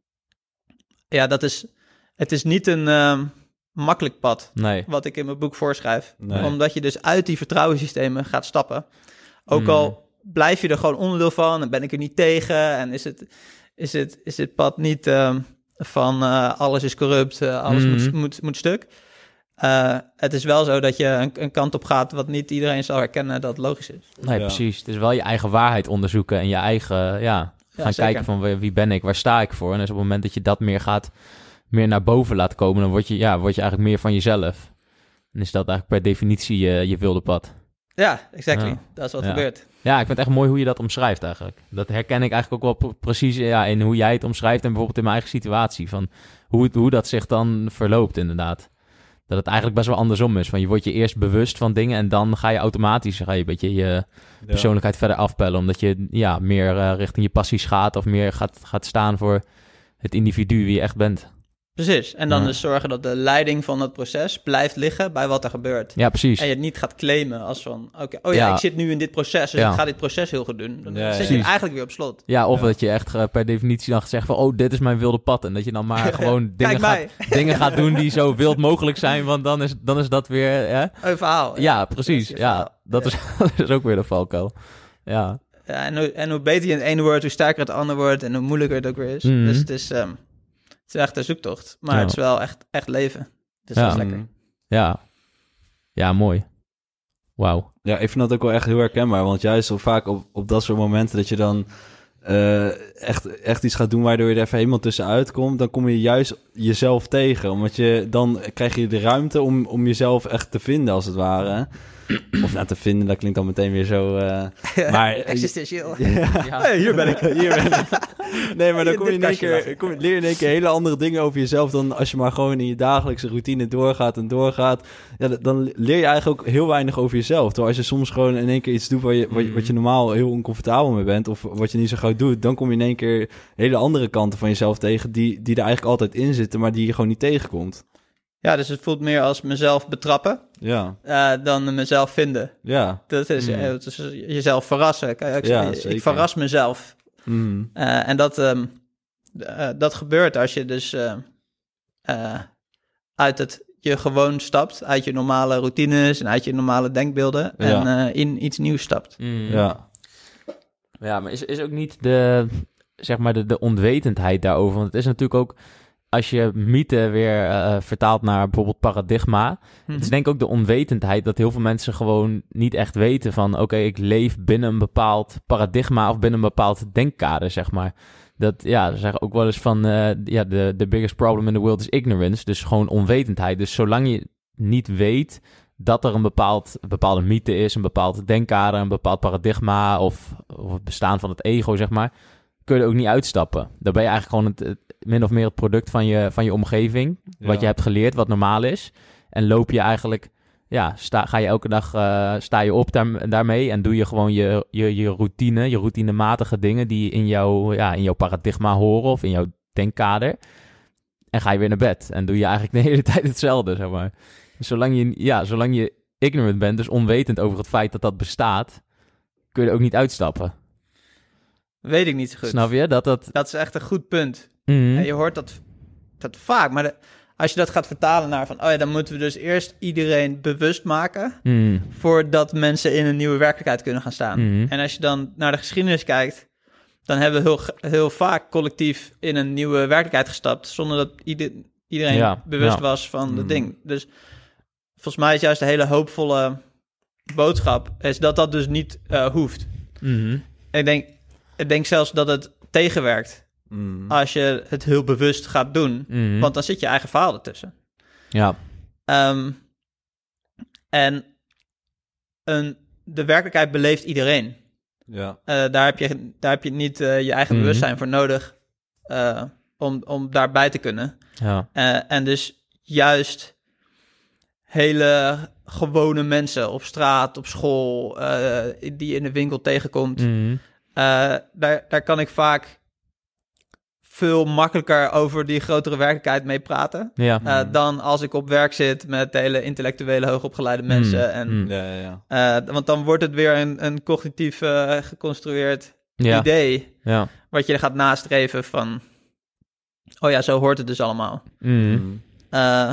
ja, dat is, het is niet een uh, makkelijk pad, Nee. wat ik in mijn boek voorschrijf. Nee. Omdat je dus uit die vertrouwenssystemen gaat stappen. Ook Mm. al blijf je er gewoon onderdeel van en ben ik er niet tegen en is het, is het, is het pad niet uh, van uh, alles is corrupt, uh, alles Mm. moet, moet, moet stuk. Uh, het is wel zo dat je een, een kant op gaat wat niet iedereen zal herkennen dat logisch is. Nee, Ja. precies. Het is wel je eigen waarheid onderzoeken en je eigen, ja, gaan zeker. kijken van wie wie ben ik, waar sta ik voor. En dus op het moment dat je dat meer gaat, meer naar boven laat komen, dan word je, ja, word je eigenlijk meer van jezelf. En is dat eigenlijk per definitie je, je wilde pad. Ja, exactly. Ja. Dat is wat Ja. gebeurt. Ja, ik vind het echt mooi hoe je dat omschrijft eigenlijk. Dat herken ik eigenlijk ook wel p- precies ja, in hoe jij het omschrijft en bijvoorbeeld in mijn eigen situatie. Van hoe, het- hoe dat zich dan verloopt inderdaad. Dat het eigenlijk best wel andersom is. Van je wordt je eerst bewust van dingen en dan ga je automatisch ga je een beetje je persoonlijkheid verder afpellen. Omdat je ja, meer uh, richting je passies gaat of meer gaat, gaat staan voor het individu wie je echt bent. Precies. En dan Ja. dus zorgen dat de leiding van het proces blijft liggen bij wat er gebeurt. Ja, precies. En je het niet gaat claimen als van, oké, oh ja, Ja. ik zit nu in dit proces, dus Ja. ik ga dit proces heel goed doen. Dan Ja, ja. zit je Precies. eigenlijk weer op slot. Ja, of Ja. dat je echt uh, per definitie dan gaat zeggen van, oh, dit is mijn wilde pad. En dat je dan maar gewoon dingen, Kijk gaat, mij. dingen gaat doen die zo wild mogelijk zijn, want dan is, dan is dat weer... Hè? Een verhaal. Ja, precies. Dat is je Ja, verhaal. dat is, dat is ook weer de valkuil. Ja. Ja, en, hoe, en hoe beter je in het ene wordt, hoe sterker het andere wordt en hoe moeilijker het ook weer is. Mhm. Dus het is, um, het is echt een zoektocht. Maar Ja. het is wel echt, echt leven. Dus Ja. dat is lekker. Ja. Ja, mooi. Wauw. Ja, ik vind dat ook wel echt heel herkenbaar. Want juist zo vaak op, op dat soort momenten dat je dan uh, echt, echt iets gaat doen waardoor je er even helemaal tussenuit komt, dan kom je juist jezelf tegen. Omdat je dan krijg je de ruimte om, om jezelf echt te vinden, als het ware. Of nou te vinden, dat klinkt dan meteen weer zo... Uh, maar, Existentieel. ja. Hey, hier ben ik. Hier ben ik. Nee, maar dan In kom je dit in één kastje lag keer, ik. kom, leer je in één keer hele andere dingen over jezelf dan als je maar gewoon in je dagelijkse routine doorgaat en doorgaat. Ja, dan leer je eigenlijk ook heel weinig over jezelf. Terwijl als je soms gewoon in één keer iets doet waar je, wat, je, wat je normaal heel oncomfortabel mee bent of wat je niet zo gauw doet, dan kom je in één keer hele andere kanten van jezelf tegen die, die er eigenlijk altijd in zitten, maar die je gewoon niet tegenkomt. Ja, dus het voelt meer als mezelf betrappen. Ja, uh, dan mezelf vinden. ja. Dat is, Mm. uh, het is jezelf verrassen. Ik, ik, Ja, ik zeker. verras mezelf. Mm. Uh, en dat, um, uh, dat gebeurt als je dus uh, uh, uit het je gewoon stapt, uit je normale routines en uit je normale denkbeelden Ja. en uh, in iets nieuws stapt. Mm. Ja. Ja, maar is, is ook niet de, zeg maar de, de onwetendheid daarover. Want het is natuurlijk ook, als je mythe weer uh, vertaalt naar bijvoorbeeld paradigma. Mm-hmm. Het is denk ik ook de onwetendheid dat heel veel mensen gewoon niet echt weten van... oké, okay, ik leef binnen een bepaald paradigma of binnen een bepaald denkkader, zeg maar. Dat, ja, ze zeggen ook wel eens van, uh, ja, de the biggest problem in the world is ignorance. Dus gewoon onwetendheid. Dus zolang je niet weet dat er een bepaald, bepaalde mythe is, een bepaald denkkader, een bepaald paradigma of, of het bestaan van het ego, zeg maar, kun je er ook niet uitstappen. Dan ben je eigenlijk gewoon het, het, min of meer het product van je, van je omgeving, Ja. wat je hebt geleerd, wat normaal is. En loop je eigenlijk, ja, sta, ga je elke dag, uh, sta je op daar, daarmee en doe je gewoon je, je, je routine, je routinematige dingen die in, jou, ja, in jouw paradigma horen of in jouw denkkader. En ga je weer naar bed en doe je eigenlijk de hele tijd hetzelfde, zeg maar. Zolang je, ja, zolang je ignorant bent, dus onwetend over het feit dat dat bestaat, kun je er ook niet uitstappen. Weet ik niet zo goed. Snap je? Dat dat... Dat is echt een goed punt. Mm-hmm. En je hoort dat, dat vaak, maar de, als je dat gaat vertalen naar van, oh ja, dan moeten we dus eerst iedereen bewust maken, Mm. voordat mensen in een nieuwe werkelijkheid kunnen gaan staan. Mm. En als je dan naar de geschiedenis kijkt, dan hebben we heel, heel vaak collectief in een nieuwe werkelijkheid gestapt, zonder dat ieder, iedereen Ja, bewust ja. was van het Mm. ding. Dus volgens mij is juist de hele hoopvolle boodschap, is dat dat dus niet uh, hoeft. Mm-hmm. Ik denk, ik denk zelfs dat het tegenwerkt Mm. als je het heel bewust gaat doen, Mm-hmm. want dan zit je eigen verhaal ertussen. Ja. Um, en een, de werkelijkheid beleeft iedereen. Ja. Uh, daar, heb je, daar heb je niet uh, je eigen Mhm. bewustzijn voor nodig uh, om, om daarbij te kunnen. Ja. Uh, en dus juist hele gewone mensen op straat, op school, uh, die je in de winkel tegenkomt, Mm-hmm. uh, daar, daar kan ik vaak veel makkelijker over die grotere werkelijkheid mee praten. Ja. Uh, Mm. dan als ik op werk zit met hele intellectuele, hoogopgeleide mensen. Mm. En, Mm. Ja, ja, ja. uh, want dan wordt het weer een, een cognitief uh, geconstrueerd Ja. idee, Ja. wat je er gaat nastreven van, oh ja, zo hoort het dus allemaal. Mm-hmm. Mm. Uh,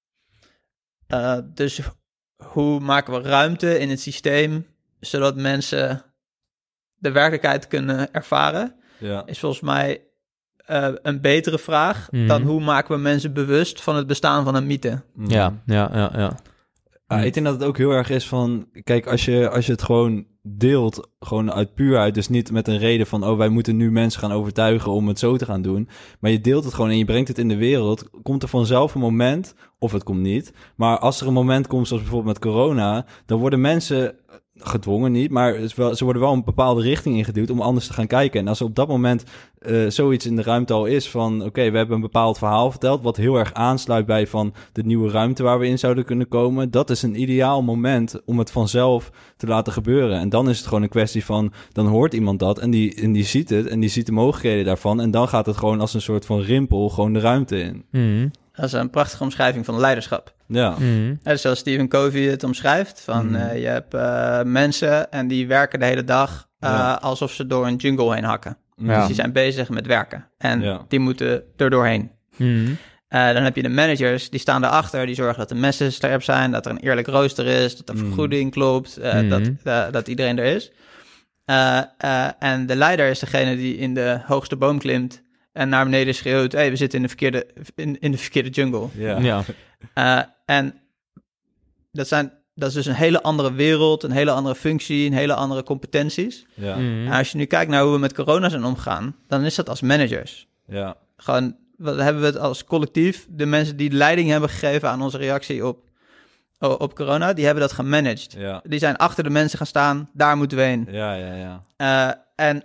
uh, dus hoe maken we ruimte in het systeem, zodat mensen de werkelijkheid kunnen ervaren, Ja. is volgens mij uh, een betere vraag Mhm. dan hoe maken we mensen bewust van het bestaan van een mythe. Mm. Ja. Ja. Ja. Ja. Ah, ik denk dat het ook heel erg is van... Kijk, als je, als je het gewoon deelt, gewoon uit puurheid... dus niet met een reden van... oh, wij moeten nu mensen gaan overtuigen om het zo te gaan doen... maar je deelt het gewoon en je brengt het in de wereld... komt er vanzelf een moment, of het komt niet... maar als er een moment komt, zoals bijvoorbeeld met corona... dan worden mensen gedwongen niet... maar het is wel, ze worden wel een bepaalde richting ingeduwd... om anders te gaan kijken. En als er op dat moment uh, zoiets in de ruimte al is van... oké, okay, we hebben een bepaald verhaal verteld... wat heel erg aansluit bij van de nieuwe ruimte... waar we in zouden kunnen komen... dat is een ideaal moment om het vanzelf te laten gebeuren. En dan is het gewoon een kwestie van... dan hoort iemand dat en die, en die ziet het... en die ziet de mogelijkheden daarvan... en dan gaat het gewoon als een soort van rimpel... gewoon de ruimte in. Mm-hmm. Dat is een prachtige omschrijving van leiderschap. Ja. Mm-hmm. Ja, zoals Stephen Covey het omschrijft. Van, Mm. uh, je hebt uh, mensen en die werken de hele dag... Uh, Ja. alsof ze door een jungle heen hakken. Ja. Dus die zijn bezig met werken. En Ja. die moeten er doorheen. Mm-hmm. Uh, dan heb je de managers, die staan daarachter, die zorgen dat de messen scherp zijn, dat er een eerlijk rooster is, dat de Mm. vergoeding klopt, uh, Mm. dat, uh, dat iedereen er is. Uh, uh, en de leider is degene die in de hoogste boom klimt en naar beneden schreeuwt, hey, we zitten in de verkeerde, in, in de verkeerde jungle. Ja. Ja. Uh, en dat, zijn, dat is dus een hele andere wereld, een hele andere functie, een hele andere competenties. Ja. Mm-hmm. En als je nu kijkt naar hoe we met corona zijn omgegaan, dan is dat als managers. Ja. Gewoon, wat hebben we het als collectief, de mensen die leiding hebben gegeven aan onze reactie op, op corona, die hebben dat gemanaged. Ja. Die zijn achter de mensen gaan staan, daar moeten we heen. Ja, ja, ja. Uh, en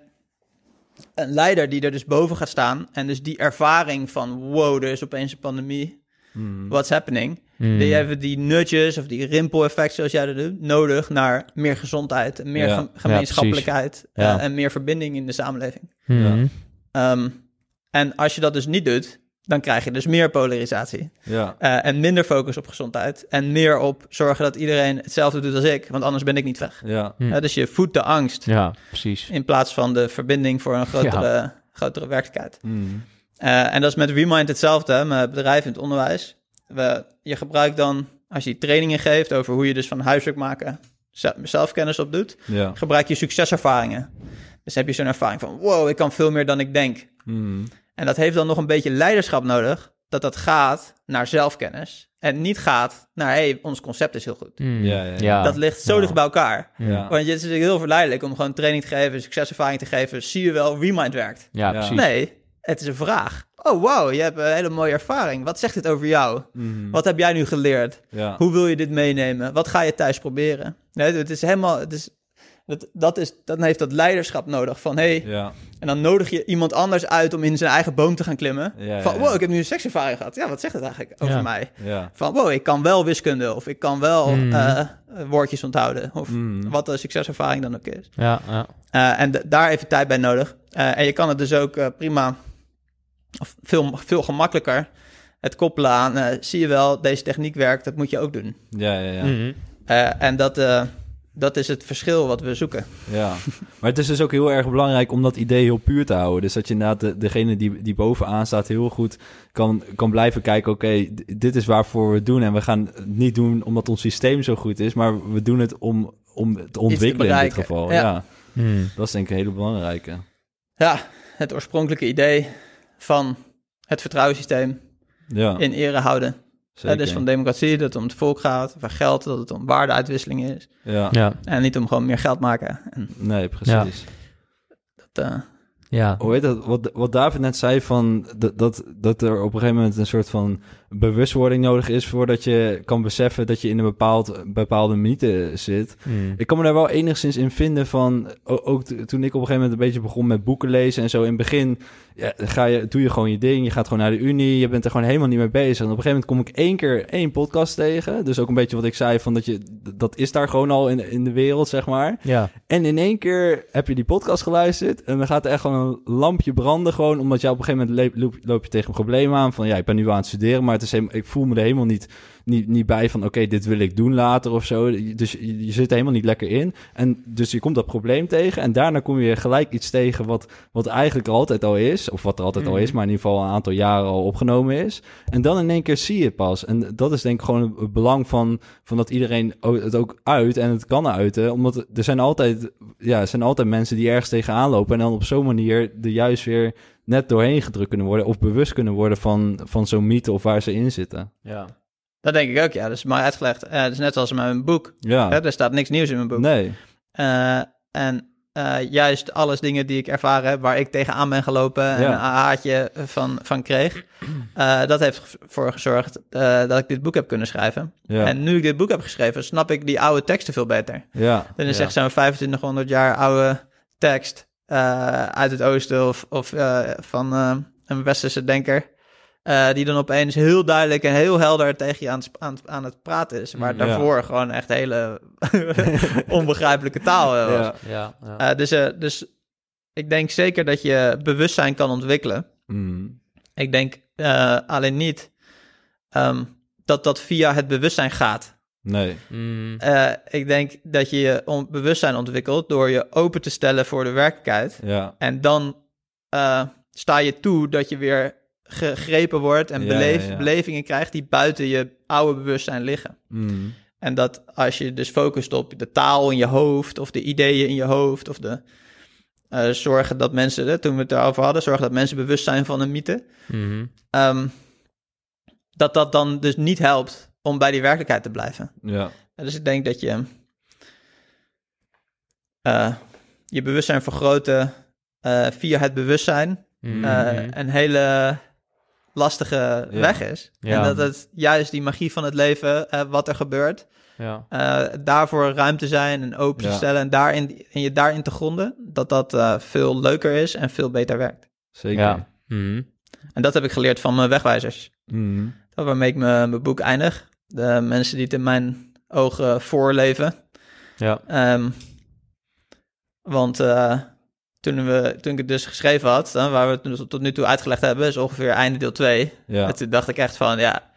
een leider die er dus boven gaat staan en dus die ervaring van, wow, er is opeens een pandemie, Mm. what's happening? Mm-hmm. Die hebben die nudges of die rimpel-effect, zoals jij dat doet, nodig naar meer gezondheid, en meer Ja. gem- gemeenschappelijkheid Ja, uh, ja. en meer verbinding in de samenleving. Mm-hmm. Um, en als je dat dus niet doet, dan krijg je dus meer polarisatie. Ja. Uh, en minder focus op gezondheid. En meer op zorgen dat iedereen hetzelfde doet als ik. Want anders ben ik niet weg. Ja. Hm. Uh, dus je voedt de angst. Ja, precies. In plaats van de verbinding voor een grotere, grotere werkelijkheid. Mm. Uh, en dat is met Remind hetzelfde. Hè? Mijn bedrijf in het onderwijs. We, je gebruikt dan, als je trainingen geeft over hoe je dus van huiswerk maken zelfkennis op doet, Ja. gebruik je succeservaringen. Dus heb je zo'n ervaring van, wow, ik kan veel meer dan ik denk. Mm. En dat heeft dan nog een beetje leiderschap nodig, dat dat gaat naar zelfkennis en niet gaat naar, hey, ons concept is heel goed. Mm. Ja, ja, ja. Dat ligt zo Ja. dicht bij elkaar. Ja. Want het is natuurlijk heel verleidelijk om gewoon training te geven, succeservaring te geven. Zie je wel, Remind werkt. Ja, Ja. precies. Nee, het is een vraag. Oh, wow, je hebt een hele mooie ervaring. Wat zegt dit over jou? Mm. Wat heb jij nu geleerd? Ja. Hoe wil je dit meenemen? Wat ga je thuis proberen? Nee, het is helemaal... Het is, dat, dat is, dan heeft dat leiderschap nodig van, hey, Ja. en dan nodig je iemand anders uit om in zijn eigen boom te gaan klimmen. Ja, Van, ja, wow, ja. ik heb nu een sekservaring gehad. Ja, wat zegt het eigenlijk over Ja. mij? Ja. Van, wow, ik kan wel wiskunde of ik kan wel Mm. eh, woordjes onthouden. Of Mm. wat de succeservaring dan ook is. Ja, ja. Uh, en d- daar even tijd bij nodig. Uh, en je kan het dus ook uh, prima, of veel, veel gemakkelijker, het koppelen aan, uh, zie je wel, deze techniek werkt, dat moet je ook doen. Ja, ja, ja. Mhm. Uh, en dat, uh, dat is het verschil wat we zoeken. Ja, maar het is dus ook heel erg belangrijk om dat idee heel puur te houden. Dus dat je inderdaad de, degene die, die bovenaan staat heel goed kan, kan blijven kijken, oké, okay, d- dit is waarvoor we het doen. En we gaan het niet doen omdat ons systeem zo goed is, maar we doen het om, om te ontwikkelen in dit bereiken. geval. Ja. Ja. Mm. Dat is denk ik een hele belangrijke. Ja, het oorspronkelijke idee van het vertrouwenssysteem Ja, in ere houden. zeker. Uh, dus van democratie, dat het om het volk gaat, van geld, dat het om waardeuitwisseling is. Ja, Ja, En niet om gewoon meer geld maken. En nee, precies. dat, uh, ja. Hoe heet dat? Wat, wat David net zei van dat, dat, dat er op een gegeven moment een soort van bewustwording nodig is voordat je kan beseffen dat je in een bepaald, bepaalde mythe zit. Mm. Ik kan me daar wel enigszins in vinden van, o- ook t- toen ik op een gegeven moment een beetje begon met boeken lezen en zo. In het begin ja, ga je, doe je gewoon je ding, je gaat gewoon naar de unie, je bent er gewoon helemaal niet mee bezig. En op een gegeven moment kom ik één keer één podcast tegen. Dus ook een beetje wat ik zei van dat je, dat is daar gewoon al in, in de wereld, zeg maar. Ja. En in één keer heb je die podcast geluisterd en dan gaat er echt gewoon een lampje branden gewoon, omdat jij op een gegeven moment le- loop, loop je tegen een probleem aan van ja, ik ben nu aan het studeren, maar het is helemaal, ik voel me er helemaal niet, niet, niet bij van oké, okay, dit wil ik doen later of zo. Dus je, je zit er helemaal niet lekker in. En dus je komt dat probleem tegen en daarna kom je gelijk iets tegen wat, wat eigenlijk er altijd al is, of wat er altijd Mhm. al is, maar in ieder geval een aantal jaren al opgenomen is. En dan in één keer zie je het pas. En dat is denk ik gewoon het belang van, van dat iedereen het ook uit en het kan uiten. Omdat er zijn altijd, ja, er zijn altijd mensen die ergens tegenaan lopen en dan op zo'n manier er juist weer net doorheen gedrukt kunnen worden of bewust kunnen worden van, van zo'n mythe of waar ze in zitten. Ja. dat denk ik ook, ja. Dat is mooi uitgelegd. Uh, dat is net zoals in mijn boek. Ja, Hè, er staat niks nieuws in mijn boek. nee. Uh, en uh, juist alles dingen die ik ervaren heb, waar ik tegenaan ben gelopen en Ja. een haatje van, van kreeg, uh, dat heeft ervoor gezorgd uh, dat ik dit boek heb kunnen schrijven. Ja, En nu ik dit boek heb geschreven, snap ik die oude teksten veel beter. ja. Dan is ja. echt zo'n vijfentwintighonderd jaar oude tekst uh, uit het oosten of, of uh, van uh, een westerse denker. Uh, die dan opeens heel duidelijk en heel helder tegen je aan, aan, aan het praten is. Maar Ja. daarvoor gewoon echt hele onbegrijpelijke taal uh, was. Ja. Ja. Ja. Uh, dus, uh, dus ik denk zeker dat je bewustzijn kan ontwikkelen. Mm. Ik denk uh, alleen niet um, dat dat via het bewustzijn gaat. Nee. Mm. Uh, ik denk dat je je on- bewustzijn ontwikkelt door je open te stellen voor de werkelijkheid. Ja. En dan uh, sta je toe dat je weer gegrepen wordt en Ja, beleef- ja, ja. belevingen krijgt die buiten je oude bewustzijn liggen. Mm. En dat als je dus focust op de taal in je hoofd of de ideeën in je hoofd of de uh, zorgen dat mensen, hè, toen we het daarover hadden, zorgen dat mensen bewust zijn van een mythe, Mhm. um, dat dat dan dus niet helpt om bij die werkelijkheid te blijven. Ja. En dus ik denk dat je uh, je bewustzijn vergroten uh, via het bewustzijn Mhm. uh, een hele lastige Ja. weg is. Ja. En dat het juist die magie van het leven, uh, wat er gebeurt, Ja. uh, daarvoor ruimte zijn en open te Ja. stellen en, daarin, en je daarin te gronden, dat dat uh, veel leuker is en veel beter werkt. Zeker. Ja. Mhm. En dat heb ik geleerd van mijn wegwijzers. Mm. Dat waarmee ik mijn, mijn boek eindig. De mensen die het in mijn ogen voorleven. Ja. Um, want uh, toen, we, toen ik het dus geschreven had, dan, waar we het tot, tot nu toe uitgelegd hebben, is ongeveer einde deel twee. Ja. En toen dacht ik echt van, ja,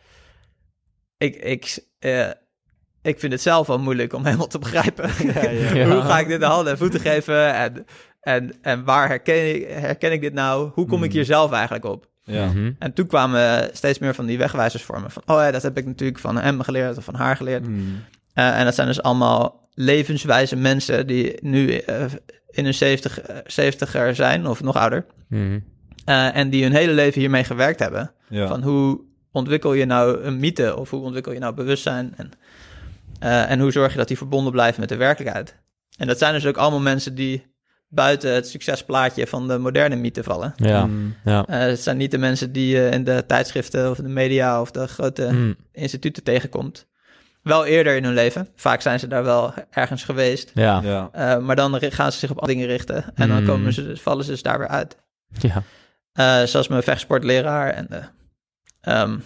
ik, ik, uh, ik vind het zelf wel moeilijk om helemaal te begrijpen. Ja, ja. Ja. Hoe ga ik dit de handen en voeten geven? En, en, en waar herken ik, herken ik dit nou? Hoe kom ik Hmm. hier zelf eigenlijk op? Ja. Mhm. En toen kwamen steeds meer van die wegwijzersvormen. Van, oh ja, dat heb ik natuurlijk van hem geleerd of van haar geleerd. Mm. Uh, en dat zijn dus allemaal levenswijze mensen die nu uh, in hun zeventig, zeventiger zijn of nog ouder. Mhm. Uh, en die hun hele leven hiermee gewerkt hebben. Ja. Van hoe ontwikkel je nou een mythe of hoe ontwikkel je nou bewustzijn? En, uh, en hoe zorg je dat die verbonden blijven met de werkelijkheid? En dat zijn dus ook allemaal mensen die buiten het succesplaatje van de moderne mythe vallen. Ja, Mm. ja. Uh, het zijn niet de mensen die je in de tijdschriften of de media of de grote Mm. instituten tegenkomt. Wel eerder in hun leven. Vaak zijn ze daar wel ergens geweest. Ja, Uh, Ja. maar dan ri- gaan ze zich op andere dingen richten. En dan Mm. komen ze, vallen ze dus daar weer uit. ja. Uh, zoals mijn vechtsportleraar en de um,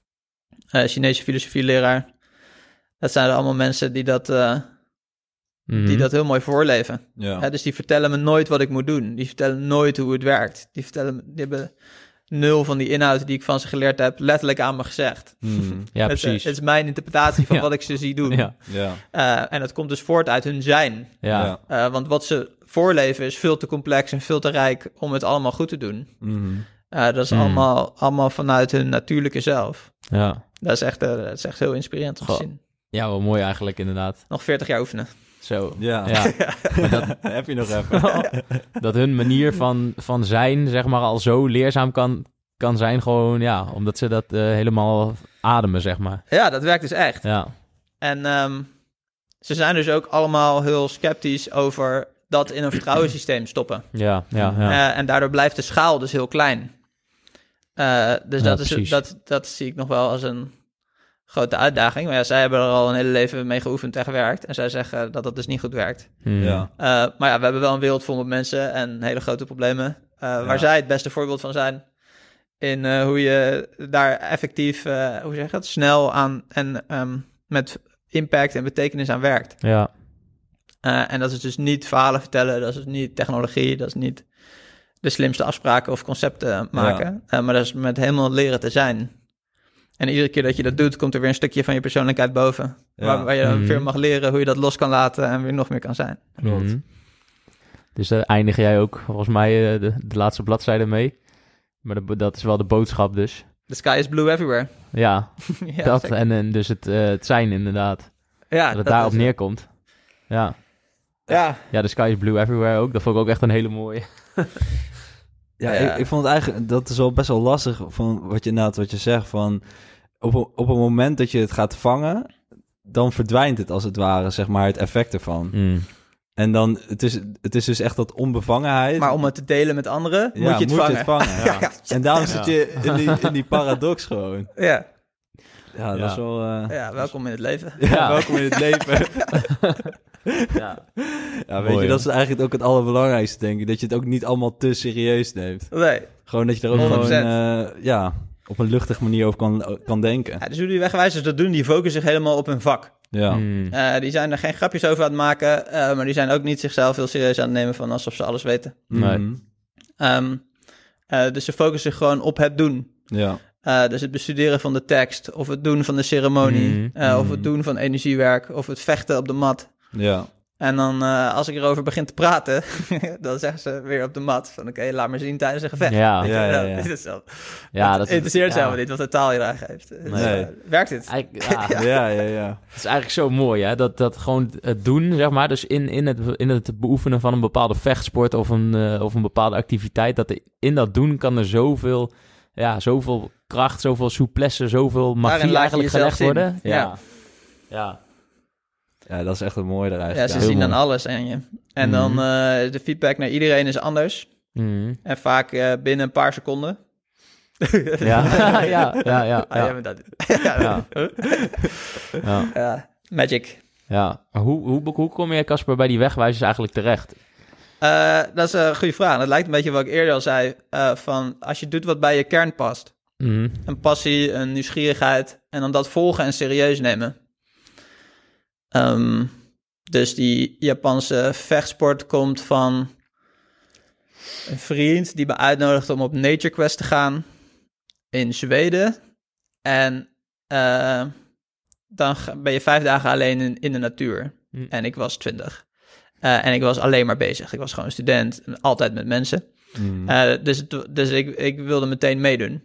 uh, Chinese filosofieleraar. Dat zijn allemaal mensen die dat, uh, Mhm. die dat heel mooi voorleven. Ja. Uh, dus die vertellen me nooit wat ik moet doen. Die vertellen nooit hoe het werkt. Die, vertellen me, die hebben nul van die inhoud die ik van ze geleerd heb letterlijk aan me gezegd. Mm. Ja, Het, uh, precies. Het is mijn interpretatie van Ja. wat ik ze zie doen. Ja, Ja. Uh, en dat komt dus voort uit hun zijn. ja. Ja. Uh, want wat ze voorleven is veel te complex en veel te rijk om het allemaal goed te doen. Mm. Uh, dat is Mm. allemaal, allemaal vanuit hun natuurlijke zelf. ja. Dat is echt, uh, dat is echt heel inspirerend om te Goh. zien. Ja, wel mooi eigenlijk inderdaad. Nog veertig jaar oefenen. Zo. Ja. Ja. Maar dat, Heb je nog even? dat hun manier van, van zijn, zeg maar, al zo leerzaam kan, kan zijn. Gewoon, ja, omdat ze dat uh, helemaal ademen, zeg maar. Ja, dat werkt dus echt. Ja. En um, ze zijn dus ook allemaal heel sceptisch over dat in een vertrouwenssysteem stoppen. Ja, ja, ja. Uh, en daardoor blijft de schaal dus heel klein. Uh, dus Ja, dat, is, precies. dat, dat zie ik nog wel als een grote uitdaging. Maar ja, zij hebben er al een hele leven mee geoefend en gewerkt. En zij zeggen dat dat dus niet goed werkt. Hmm. Ja. Uh, maar ja, we hebben wel een wereld vol met mensen en hele grote problemen. Uh, Ja. Waar zij het beste voorbeeld van zijn. In uh, hoe je daar effectief, uh, hoe zeg je dat, snel aan en um, met impact en betekenis aan werkt. Ja. Uh, en dat is dus niet verhalen vertellen, dat is niet technologie, dat is niet de slimste afspraken of concepten maken. Ja. Uh, maar dat is met helemaal leren te zijn. En iedere keer dat je dat doet, komt er weer een stukje van je persoonlijkheid boven. Ja. Waar, waar je dan Mhm. weer mag leren hoe je dat los kan laten en weer nog meer kan zijn. Klopt. Mhm. Dus daar eindig jij ook volgens mij uh, de, de laatste bladzijde mee. Maar de, dat is wel de boodschap dus. The sky is blue everywhere. Ja, ja, dat zeker. en, en dus het, uh, het zijn inderdaad. ja, Dat het dat daarop is- neerkomt. Ja. Ja, Ja, de sky is blue everywhere ook. Dat vond ik ook echt een hele mooie. Ja, Ja. Ik, ik vond het eigenlijk, dat is wel best wel lastig van wat je inderdaad wat je zegt van op, een- op een moment dat je het gaat vangen, dan verdwijnt het als het ware, zeg maar, het effect ervan. Mm. En dan, het is, het is dus echt dat onbevangenheid. maar om het te delen met anderen, Ja, moet je het vangen. Ja. Ja. En daarom Ja. zit je in die, in die paradox gewoon. Ja, Ja, dat Ja. is wel... eh, ja, welkom in het leven. ja, Ja. welkom in het leven. Ja. Ja, weet Mooi, je, dat hoor. is eigenlijk ook het allerbelangrijkste, denk ik. Dat je het ook niet allemaal te serieus neemt. Nee. Gewoon dat je er ook honderd gewoon, procent. eh, ja, op een luchtige manier over kan, kan denken. Ja, dus hoe die wegwijzers dat doen, die focussen zich helemaal op hun vak. Ja. Mm. Uh, die zijn er geen grapjes over aan het maken, uh, maar die zijn ook niet zichzelf heel serieus aan het nemen van alsof ze alles weten. Nee. Mhm. Um, uh, dus ze focussen zich gewoon op het doen. Ja. Uh, dus het bestuderen van de tekst, of het doen van de ceremonie, Mm. uh, of Mm. het doen van energiewerk, of het vechten op de mat. Ja. En dan, uh, als ik erover begin te praten, dan zeggen ze weer op de mat van, oké, laat maar zien tijdens een gevecht. Ja. Weet je, Ja, ja, nou, ja. dit is zo. Ja, het dat is- interesseert ze ja. helemaal niet wat de taal je daar geeft. Dus, Nee. uh, werkt het? Eigenlijk, ja, Ja, ja, ja. het is eigenlijk zo mooi, hè? Dat, dat gewoon het doen, zeg maar. Dus in, in, het, in het beoefenen van een bepaalde vechtsport of een, uh, of een bepaalde activiteit, dat er, in dat doen kan er zoveel, ja, zoveel kracht, zoveel souplesse, zoveel Daarin magie laat je eigenlijk jezelf gelegd zien. worden. Ja. Ja. Ja. Ja, dat is echt het mooie eruit. Ja, ze heel zien dan mooi. alles aan je. En Mhm. dan uh, de feedback naar iedereen is anders. Mhm. En vaak uh, binnen een paar seconden. Ja. ja, ja, ja, ja. Ah, jij bent dat. ja. Ja. Ja. Ja, magic. Ja. Maar hoe, hoe, hoe kom je, Casper, bij die wegwijzers eigenlijk terecht? Uh, dat is een goede vraag. Dat lijkt een beetje wat ik eerder al zei. Uh, van als je doet wat bij je kern past. Mhm. Een passie, een nieuwsgierigheid. En dan dat volgen en serieus nemen. Um, dus die Japanse vechtsport komt van een vriend die me uitnodigde om op Nature Quest te gaan in Zweden. En uh, dan ben je vijf dagen alleen in, in de natuur. Hm. En ik was twintig. Uh, en ik was alleen maar bezig. Ik was gewoon student, altijd met mensen. Mm. Uh, dus dus ik, ik wilde meteen meedoen.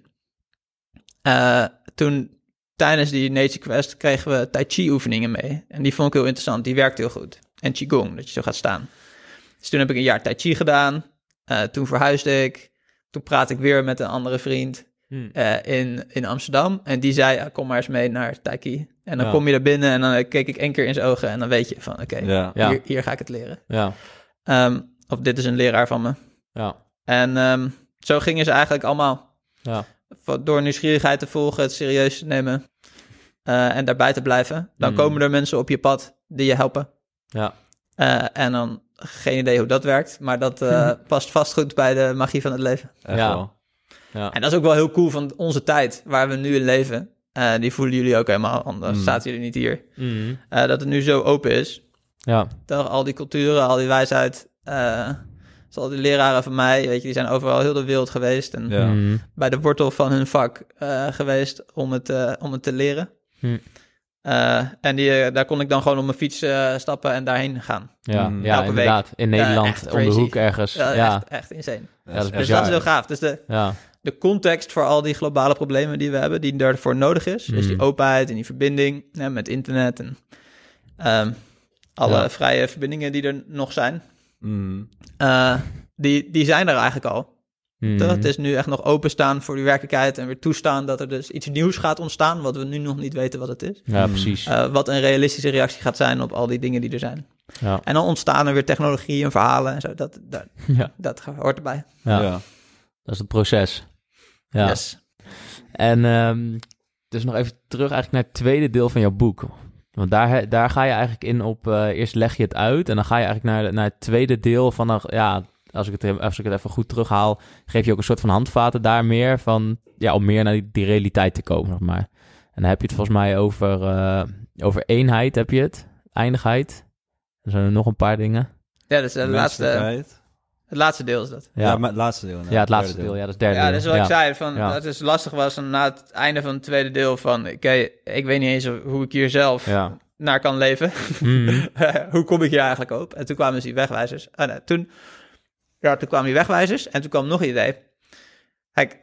Uh, toen, tijdens die Nature Quest, kregen we Tai Chi oefeningen mee. En die vond ik heel interessant. Die werkt heel goed. En Qigong, dat je zo gaat staan. Dus toen heb ik een jaar Tai Chi gedaan. Uh, toen verhuisde ik. Toen praatte ik weer met een andere vriend Hm. uh, in, in Amsterdam. En die zei, ja, kom maar eens mee naar Tai Chi. En dan Ja. kom je daar binnen en dan keek ik één keer in zijn ogen. En dan weet je van, oké, okay, Ja. Ja. hier, hier ga ik het leren. Ja, Um, of dit is een leraar van me. ja, En um, zo gingen ze eigenlijk allemaal. ja. Door nieuwsgierigheid te volgen, het serieus te nemen uh, en daarbij te blijven. Dan Mm. komen er mensen op je pad die je helpen. Ja, Uh, en dan geen idee hoe dat werkt, maar dat uh, past vast goed bij de magie van het leven. Echt Ja. wel. ja. En dat is ook wel heel cool van onze tijd, waar we nu in leven. Uh, die voelen jullie ook helemaal, anders Mm. zaten jullie niet hier. Mhm. Uh, dat het nu zo open is. Ja, Dat al die culturen, al die wijsheid, uh, dus al die leraren van mij, weet je, die zijn overal heel de wereld geweest. En Ja. Mhm. bij de wortel van hun vak uh, geweest om het, uh, om het te leren. Hm. Uh, en die, uh, daar kon ik dan gewoon op mijn fiets uh, stappen en daarheen gaan. ja, Mm. ja Elke week. inderdaad. In Ja, Nederland, echt om de crazy. hoek ergens. Ja, Ja, Echt, echt insane. Ja, dat is Dus bizar. dat is heel gaaf. Dus de, ja, de context voor al die globale problemen die we hebben, die daarvoor nodig is, dus die Mm. openheid en die verbinding hè, met internet en um, alle Ja. vrije verbindingen die er nog zijn, Mm. uh, die, die zijn er eigenlijk al. Mhm. Toch? Het is nu echt nog openstaan voor die werkelijkheid en weer toestaan dat er dus iets nieuws gaat ontstaan, wat we nu nog niet weten wat het is. Ja, Mm. precies. Uh, wat een realistische reactie gaat zijn op al die dingen die er zijn. Ja, En dan ontstaan er weer technologie en verhalen en zo. Dat, dat, ja, dat hoort erbij. ja, Ja. dat is het proces. Ja. Yes. En ehm, dus nog even terug eigenlijk naar het tweede deel van jouw boek. Want daar, daar ga je eigenlijk in op... Uh, eerst leg je het uit en dan ga je eigenlijk naar, naar het tweede deel van... een- ja, als ik, het, even- als ik het even goed terughaal... geef je ook een soort van handvaten daar meer van... ja, om meer naar die, die realiteit te komen, zeg maar. En dan heb je het volgens mij over, uh, over eenheid, heb je het. Eindigheid. Er zijn er nog een paar dingen. Ja, dus de laatste, Menselijkheid. het laatste deel is dat. Ja, Ja, maar het laatste deel. ja het laatste deel. Ja, dat is het derde Ja, deel. dat is wat ja. ik zei. Van, Ja. Dat het lastig was en na het einde van het tweede deel van... Oké, ik weet niet eens hoe ik hier zelf Ja. naar kan leven. Mhm. Hoe kom ik hier eigenlijk op? En toen kwamen dus die wegwijzers. Ah, nee, toen, ja, toen kwamen die wegwijzers en toen kwam nog een idee. Kijk,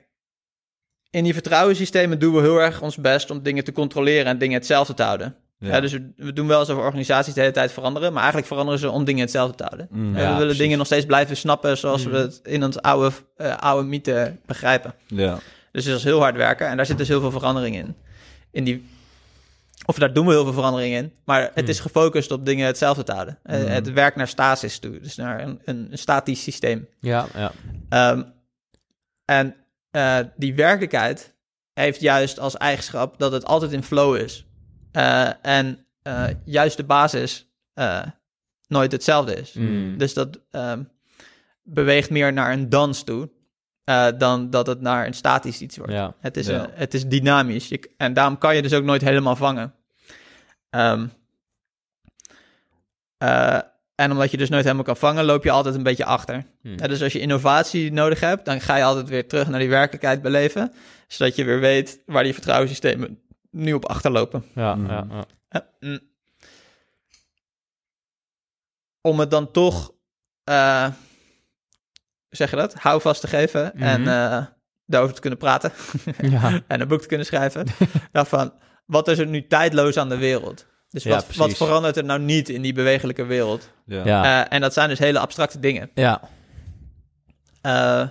in die vertrouwenssystemen doen we heel erg ons best om dingen te controleren en dingen hetzelfde te houden. Ja. Ja, dus we, we doen wel alsof organisaties de hele tijd veranderen, maar eigenlijk veranderen ze om dingen hetzelfde te houden. Mm. Ja, Ja, we willen precies. dingen nog steeds blijven snappen zoals Mm. we het in ons oude, uh, oude mythe begrijpen. Ja. Dus dat is heel hard werken en daar zit dus heel veel verandering in. in die, of daar doen we heel veel verandering in, maar het Mm. is gefocust op dingen hetzelfde te houden. Uh, Mm. Het werkt naar stasis toe, dus naar een, een, een statisch systeem. Ja, ja. Um, en uh, die werkelijkheid heeft juist als eigenschap dat het altijd in flow is. Uh, en uh, juist de basis uh, nooit hetzelfde is. Mm. Dus dat um, beweegt meer naar een dans toe, uh, dan dat het naar een statisch iets wordt. Ja. Het, is, Ja. uh, het is dynamisch. Je, en daarom kan je dus ook nooit helemaal vangen. Um, uh, en omdat je dus nooit helemaal kan vangen, loop je altijd een beetje achter. Hmm. Ja, dus als je innovatie nodig hebt, dan ga je altijd weer terug naar die werkelijkheid beleven, zodat je weer weet waar die vertrouwenssystemen nu op achterlopen. Ja, Mm. ja, ja. Ja, mm. Om het dan toch, uh, hoe zeg je dat, houvast te geven Mhm. en uh, daarover te kunnen praten Ja. en een boek te kunnen schrijven. Daarvan, wat is er nu tijdloos aan de wereld? Dus Ja, wat, precies. wat verandert er nou niet in die bewegelijke wereld? Ja. Ja. Uh, en dat zijn dus hele abstracte dingen. Ja. Uh,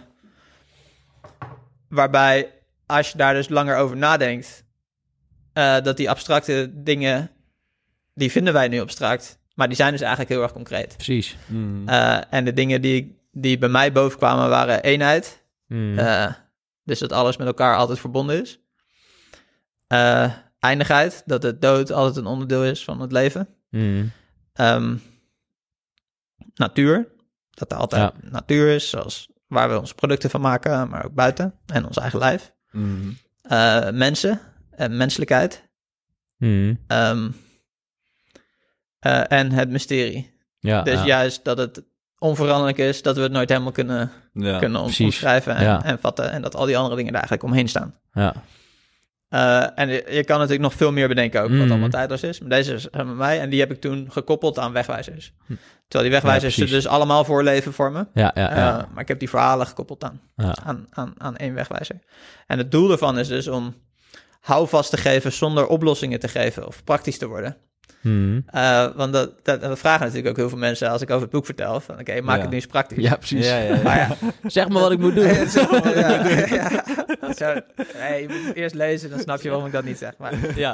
waarbij, als je daar dus langer over nadenkt, uh, dat die abstracte dingen, die vinden wij nu abstract, maar die zijn dus eigenlijk heel erg concreet. Precies. Mm. Uh, en de dingen die, die bij mij bovenkwamen waren eenheid, Mm. uh, dus dat alles met elkaar altijd verbonden is. Uh, eindigheid, dat de dood altijd een onderdeel is van het leven. Mm. Um, natuur, dat er altijd Ja. natuur is, zoals waar we onze producten van maken, maar ook buiten en ons eigen lijf. Mm. Uh, mensen en menselijkheid. Mm. Um, uh, en het mysterie. Ja, Dus ja. juist dat het onveranderlijk is, dat we het nooit helemaal kunnen, Ja, kunnen om- precies. omschrijven en, Ja. en vatten. En dat al die andere dingen daar eigenlijk omheen staan. Ja. Uh, en je, je kan natuurlijk nog veel meer bedenken ook, wat Mhm. allemaal tijdloos is. Maar deze is met mij en die heb ik toen gekoppeld aan wegwijzers. Hm. Terwijl die wegwijzers Ja, ze precies. dus allemaal voorleven voor me. Ja, ja, ja. Uh, maar ik heb die verhalen gekoppeld aan, ja. aan, aan, aan één wegwijzer. En het doel ervan is dus om houvast te geven zonder oplossingen te geven of praktisch te worden. Hmm. Uh, want dat, dat, dat vragen natuurlijk ook heel veel mensen als ik over het boek vertel. Van oké, maak Ja. het nu eens praktisch. Ja, precies. Ja, ja, ja. Maar ja, Zeg maar wat ik moet doen. ja, ja, ja. Zo, nee, je moet het eerst lezen, dan snap je waarom ik dat niet zeg. Maar, Ja.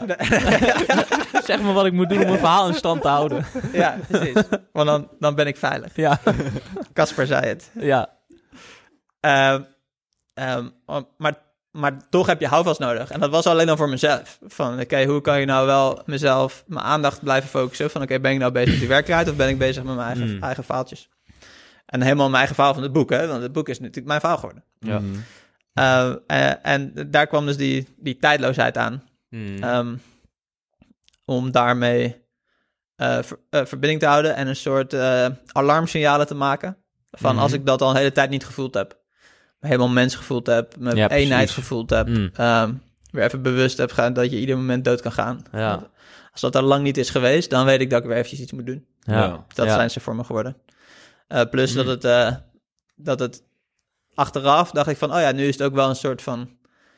Zeg maar wat ik moet doen om mijn verhaal in stand te houden. ja, precies. Want dan, dan ben ik veilig. Ja. Casper zei het. Ja. Uh, um, maar, maar toch heb je houvast nodig. En dat was alleen dan voor mezelf. Van oké, okay, hoe kan je nou wel mezelf, mijn aandacht blijven focussen? Van oké, okay, ben ik nou bezig met die werkelijkheid of ben ik bezig met mijn eigen, Mm. eigen faaltjes? En helemaal mijn eigen verhaal van het boek, hè? Want het boek is natuurlijk mijn verhaal geworden. Ja. Mhm. Uh, uh, en daar kwam dus die, die tijdloosheid aan. Hmm. Um, om daarmee uh, ver, uh, verbinding te houden en een soort uh, alarmsignalen te maken. Van Mhm. als ik dat al een hele tijd niet gevoeld heb. Me helemaal mens gevoeld heb. Me Ja, eenheid precies. gevoeld heb. Mm. Um, weer even bewust heb gaan dat je ieder moment dood kan gaan. Ja. Als dat al lang niet is geweest, dan weet ik dat ik weer eventjes iets moet doen. Ja. Ja. Dat Ja. zijn ze voor me geworden. Uh, plus Mm. dat het... Uh, dat het achteraf dacht ik van... oh ja, nu is het ook wel een soort van...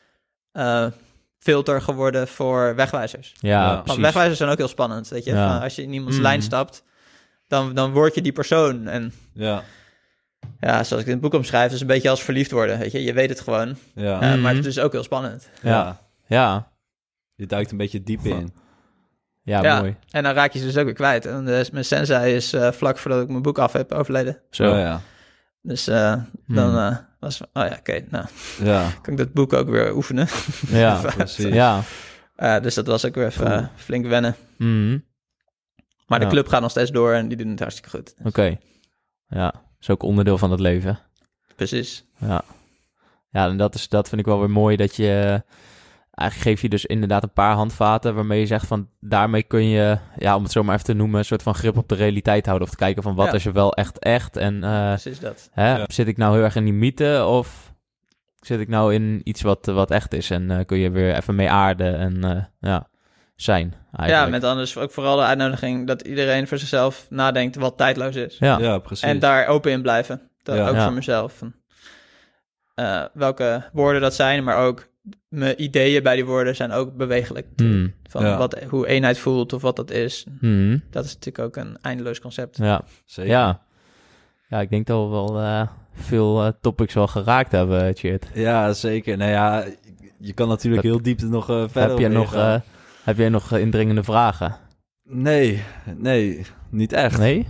Uh, filter geworden voor wegwijzers. Ja, Ja. Want precies. wegwijzers zijn ook heel spannend, weet je. Ja. Van als je in iemands Mm. lijn stapt, dan, dan word je die persoon. En Ja, ja, zoals ik in het boek omschrijf, is een beetje als verliefd worden, weet je. Je weet het gewoon, ja. uh, Mhm. maar het is dus ook heel spannend. ja. Ja. Je duikt een beetje diep in. Ja, Ja. mooi. En dan raak je ze dus ook weer kwijt. En dus mijn sensei is uh, vlak voordat ik mijn boek af heb overleden. Zo. Oh, ja. Dus uh, Hmm. dan uh, was van, oh ja, oké, okay, nou, Ja, kan ik dat boek ook weer oefenen. Ja, precies. ja. Uh, dus dat was ook weer even uh, flink wennen. Mhm. Maar Ja. de club gaat nog steeds door en die doen het hartstikke goed. Oké. Ja, is ook onderdeel van het leven. Precies. Ja. Ja, en dat, is, dat vind ik wel weer mooi, dat je... Eigenlijk geef je dus inderdaad een paar handvaten waarmee je zegt van... Daarmee kun je, ja, om het zo maar even te noemen... een soort van grip op de realiteit houden. Of te kijken van wat Ja. is er wel echt echt. En uh, Precies dat. hè, Ja. zit ik nou heel erg in die mythe of zit ik nou in iets wat, wat echt is? En uh, kun je weer even mee aarden en uh, ja, zijn eigenlijk. Ja, met anders ook vooral de uitnodiging dat iedereen voor zichzelf nadenkt wat tijdloos is. Ja, ja, precies. En daar open in blijven. Dat Ja. ook Ja. voor mezelf. Van, uh, welke woorden dat zijn, maar ook mijn ideeën bij die woorden zijn ook bewegelijk. Hmm. Van Ja. wat, hoe eenheid voelt of wat dat is. Hmm. Dat is natuurlijk ook een eindeloos concept. Ja. Zeker. Ja. Ja, ik denk dat we wel uh, veel uh, topics wel geraakt hebben, Tjeerd. Ja, zeker. Nou ja, je kan natuurlijk Dat- heel diep er nog uh, verder Heb jij op nog, ingaan. uh, heb jij nog uh, indringende vragen? Nee, nee, niet echt. Nee?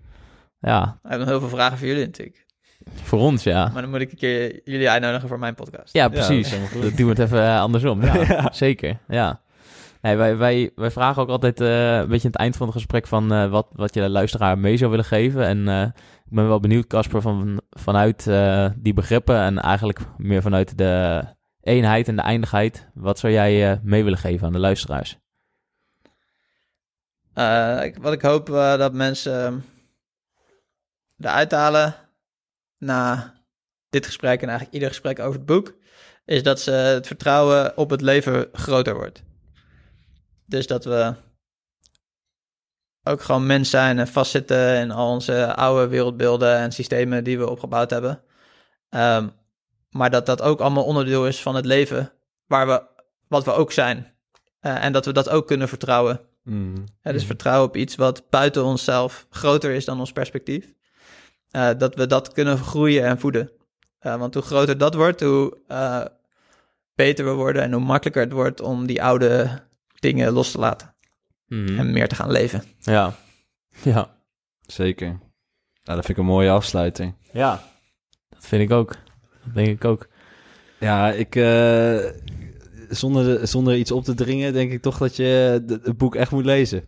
Ja, Ik heb nog heel veel vragen voor jullie natuurlijk. voor ons ja. Maar dan moet ik een keer jullie uitnodigen voor mijn podcast. Ja, dat precies. is helemaal goed. Dat doen we het even uh, andersom. Ja, Ja. zeker. Ja. Nee, wij, wij, wij vragen ook altijd uh, een beetje aan het eind van het gesprek van uh, wat, wat je de luisteraar mee zou willen geven. En uh, ik ben wel benieuwd, Casper, van, vanuit uh, die begrippen en eigenlijk meer vanuit de eenheid en de eindigheid. Wat zou jij uh, mee willen geven aan de luisteraars? Uh, ik, wat ik hoop uh, dat mensen uh, eruit halen na dit gesprek en eigenlijk ieder gesprek over het boek, is dat ze het vertrouwen op het leven groter wordt. Dus dat we ook gewoon mens zijn en vastzitten in al onze oude wereldbeelden en systemen die we opgebouwd hebben. Um, maar dat dat ook allemaal onderdeel is van het leven, waar we, wat we ook zijn. Uh, en dat we dat ook kunnen vertrouwen. Mm. Ja, dus vertrouwen op iets wat buiten onszelf groter is dan ons perspectief. Uh, dat we dat kunnen groeien en voeden. Uh, want hoe groter dat wordt, hoe uh, beter we worden en hoe makkelijker het wordt om die oude dingen los te laten. Mm. En meer te gaan leven. Ja. Ja. Zeker. Nou, dat vind ik een mooie afsluiting. Ja. Dat vind ik ook. Dat denk ik ook. Ja, ik... Uh, zonder, zonder iets op te dringen, denk ik toch dat je de- het boek echt moet lezen.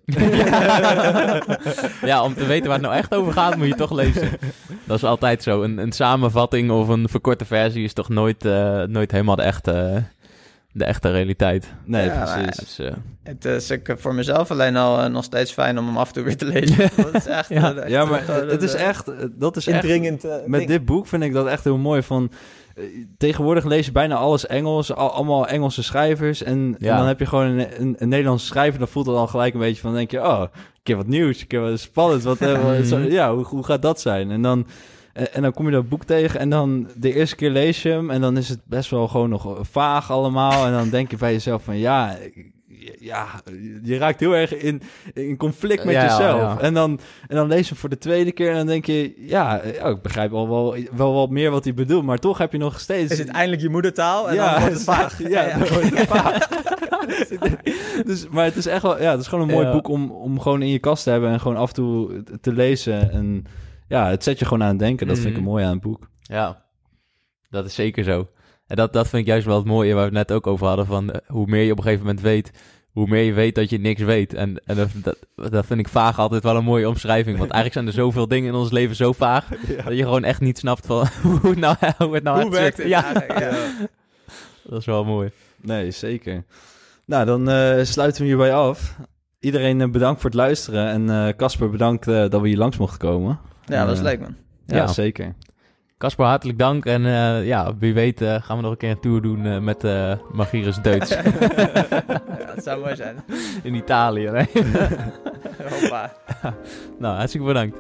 Ja, om te weten waar het nou echt over gaat, moet je toch lezen. Dat is altijd zo. Een, een samenvatting of een verkorte versie is toch nooit, uh, nooit helemaal de echte, de echte realiteit. Nee, Ja, precies. Dus, uh, Het is ik, voor mezelf alleen al uh, nog steeds fijn om hem af en toe weer te lezen. Dat is echt, Ja. uh, echt Ja, maar gewoon het is een, uh, echt... Dat is echt... indringend. uh, Met ding. dit boek vind ik dat echt heel mooi. Van, eh, tegenwoordig lees je bijna alles Engels. Al, allemaal Engelse schrijvers. En, Ja. en dan heb je gewoon een, een, een Nederlandse schrijver. Dan voelt het al gelijk een beetje van... Dan denk je, oh, een keer wat nieuws. Een keer wat spannend. Wat, eh, wat- zo- ja, hoe, hoe gaat dat zijn? En dan, en, en dan kom je dat boek tegen. En dan de eerste keer lees je hem. En dan is het best wel gewoon nog vaag allemaal. En dan denk je bij jezelf van... Ja, ja, je raakt heel erg in, in conflict met Ja, jezelf. ja. En, dan, en dan lees je hem voor de tweede keer en dan denk je... Ja, ja, ik begrijp al wel, wel wat meer wat hij bedoelt. Maar toch heb je nog steeds... Is het eindelijk je moedertaal en Ja, dan wordt het vaag. Ja, ja. dan wordt het vaag. Dus, maar het is echt wel... Ja, het is gewoon een mooi Ja. boek om, om gewoon in je kast te hebben... en gewoon af en toe te lezen. En ja, het zet je gewoon aan het denken. Dat vind ik Mhm. een mooi aan het boek. ja, dat is zeker zo. En dat, dat vind ik juist wel het mooie waar we het net ook over hadden. Van, uh, hoe meer je op een gegeven moment weet... hoe meer je weet dat je niks weet. En, en dat, dat, dat vind ik vaag altijd wel een mooie omschrijving. Want eigenlijk zijn er zoveel dingen in ons leven zo vaag... dat je gewoon echt niet snapt van hoe het nou, hoe het nou Hoe echt werkt zit. het Ja, eigenlijk? Ja. dat is wel mooi. Nee, zeker. Nou, dan uh, sluiten we hierbij af. Iedereen uh, bedankt voor het luisteren. En Casper, uh, bedankt uh, dat we hier langs mochten komen. Ja, dat is Uh, leuk, man. Ja, Ja. zeker. Casper, hartelijk dank. En uh, ja, wie weet uh, gaan we nog een keer een tour doen uh, met uh, Magirus Deutsch Ja, dat zou mooi zijn. in Italië. Nee? Hoppa. Nou, hartstikke bedankt.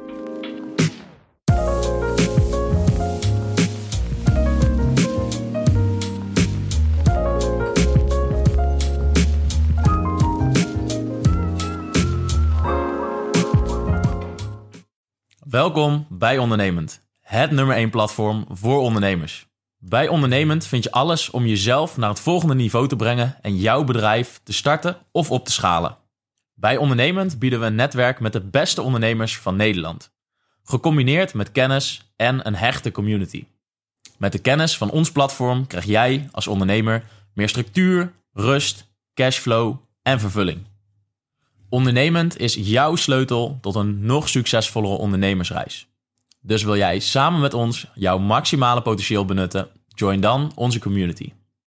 Welkom bij Ondernemend, het nummer één platform voor ondernemers. Bij Ondernemend vind je alles om jezelf naar het volgende niveau te brengen en jouw bedrijf te starten of op te schalen. Bij Ondernemend bieden we een netwerk met de beste ondernemers van Nederland. Gecombineerd met kennis en een hechte community. Met de kennis van ons platform krijg jij als ondernemer meer structuur, rust, cashflow en vervulling. Ondernemend is jouw sleutel tot een nog succesvollere ondernemersreis. Dus wil jij samen met ons jouw maximale potentieel benutten? Join dan onze community.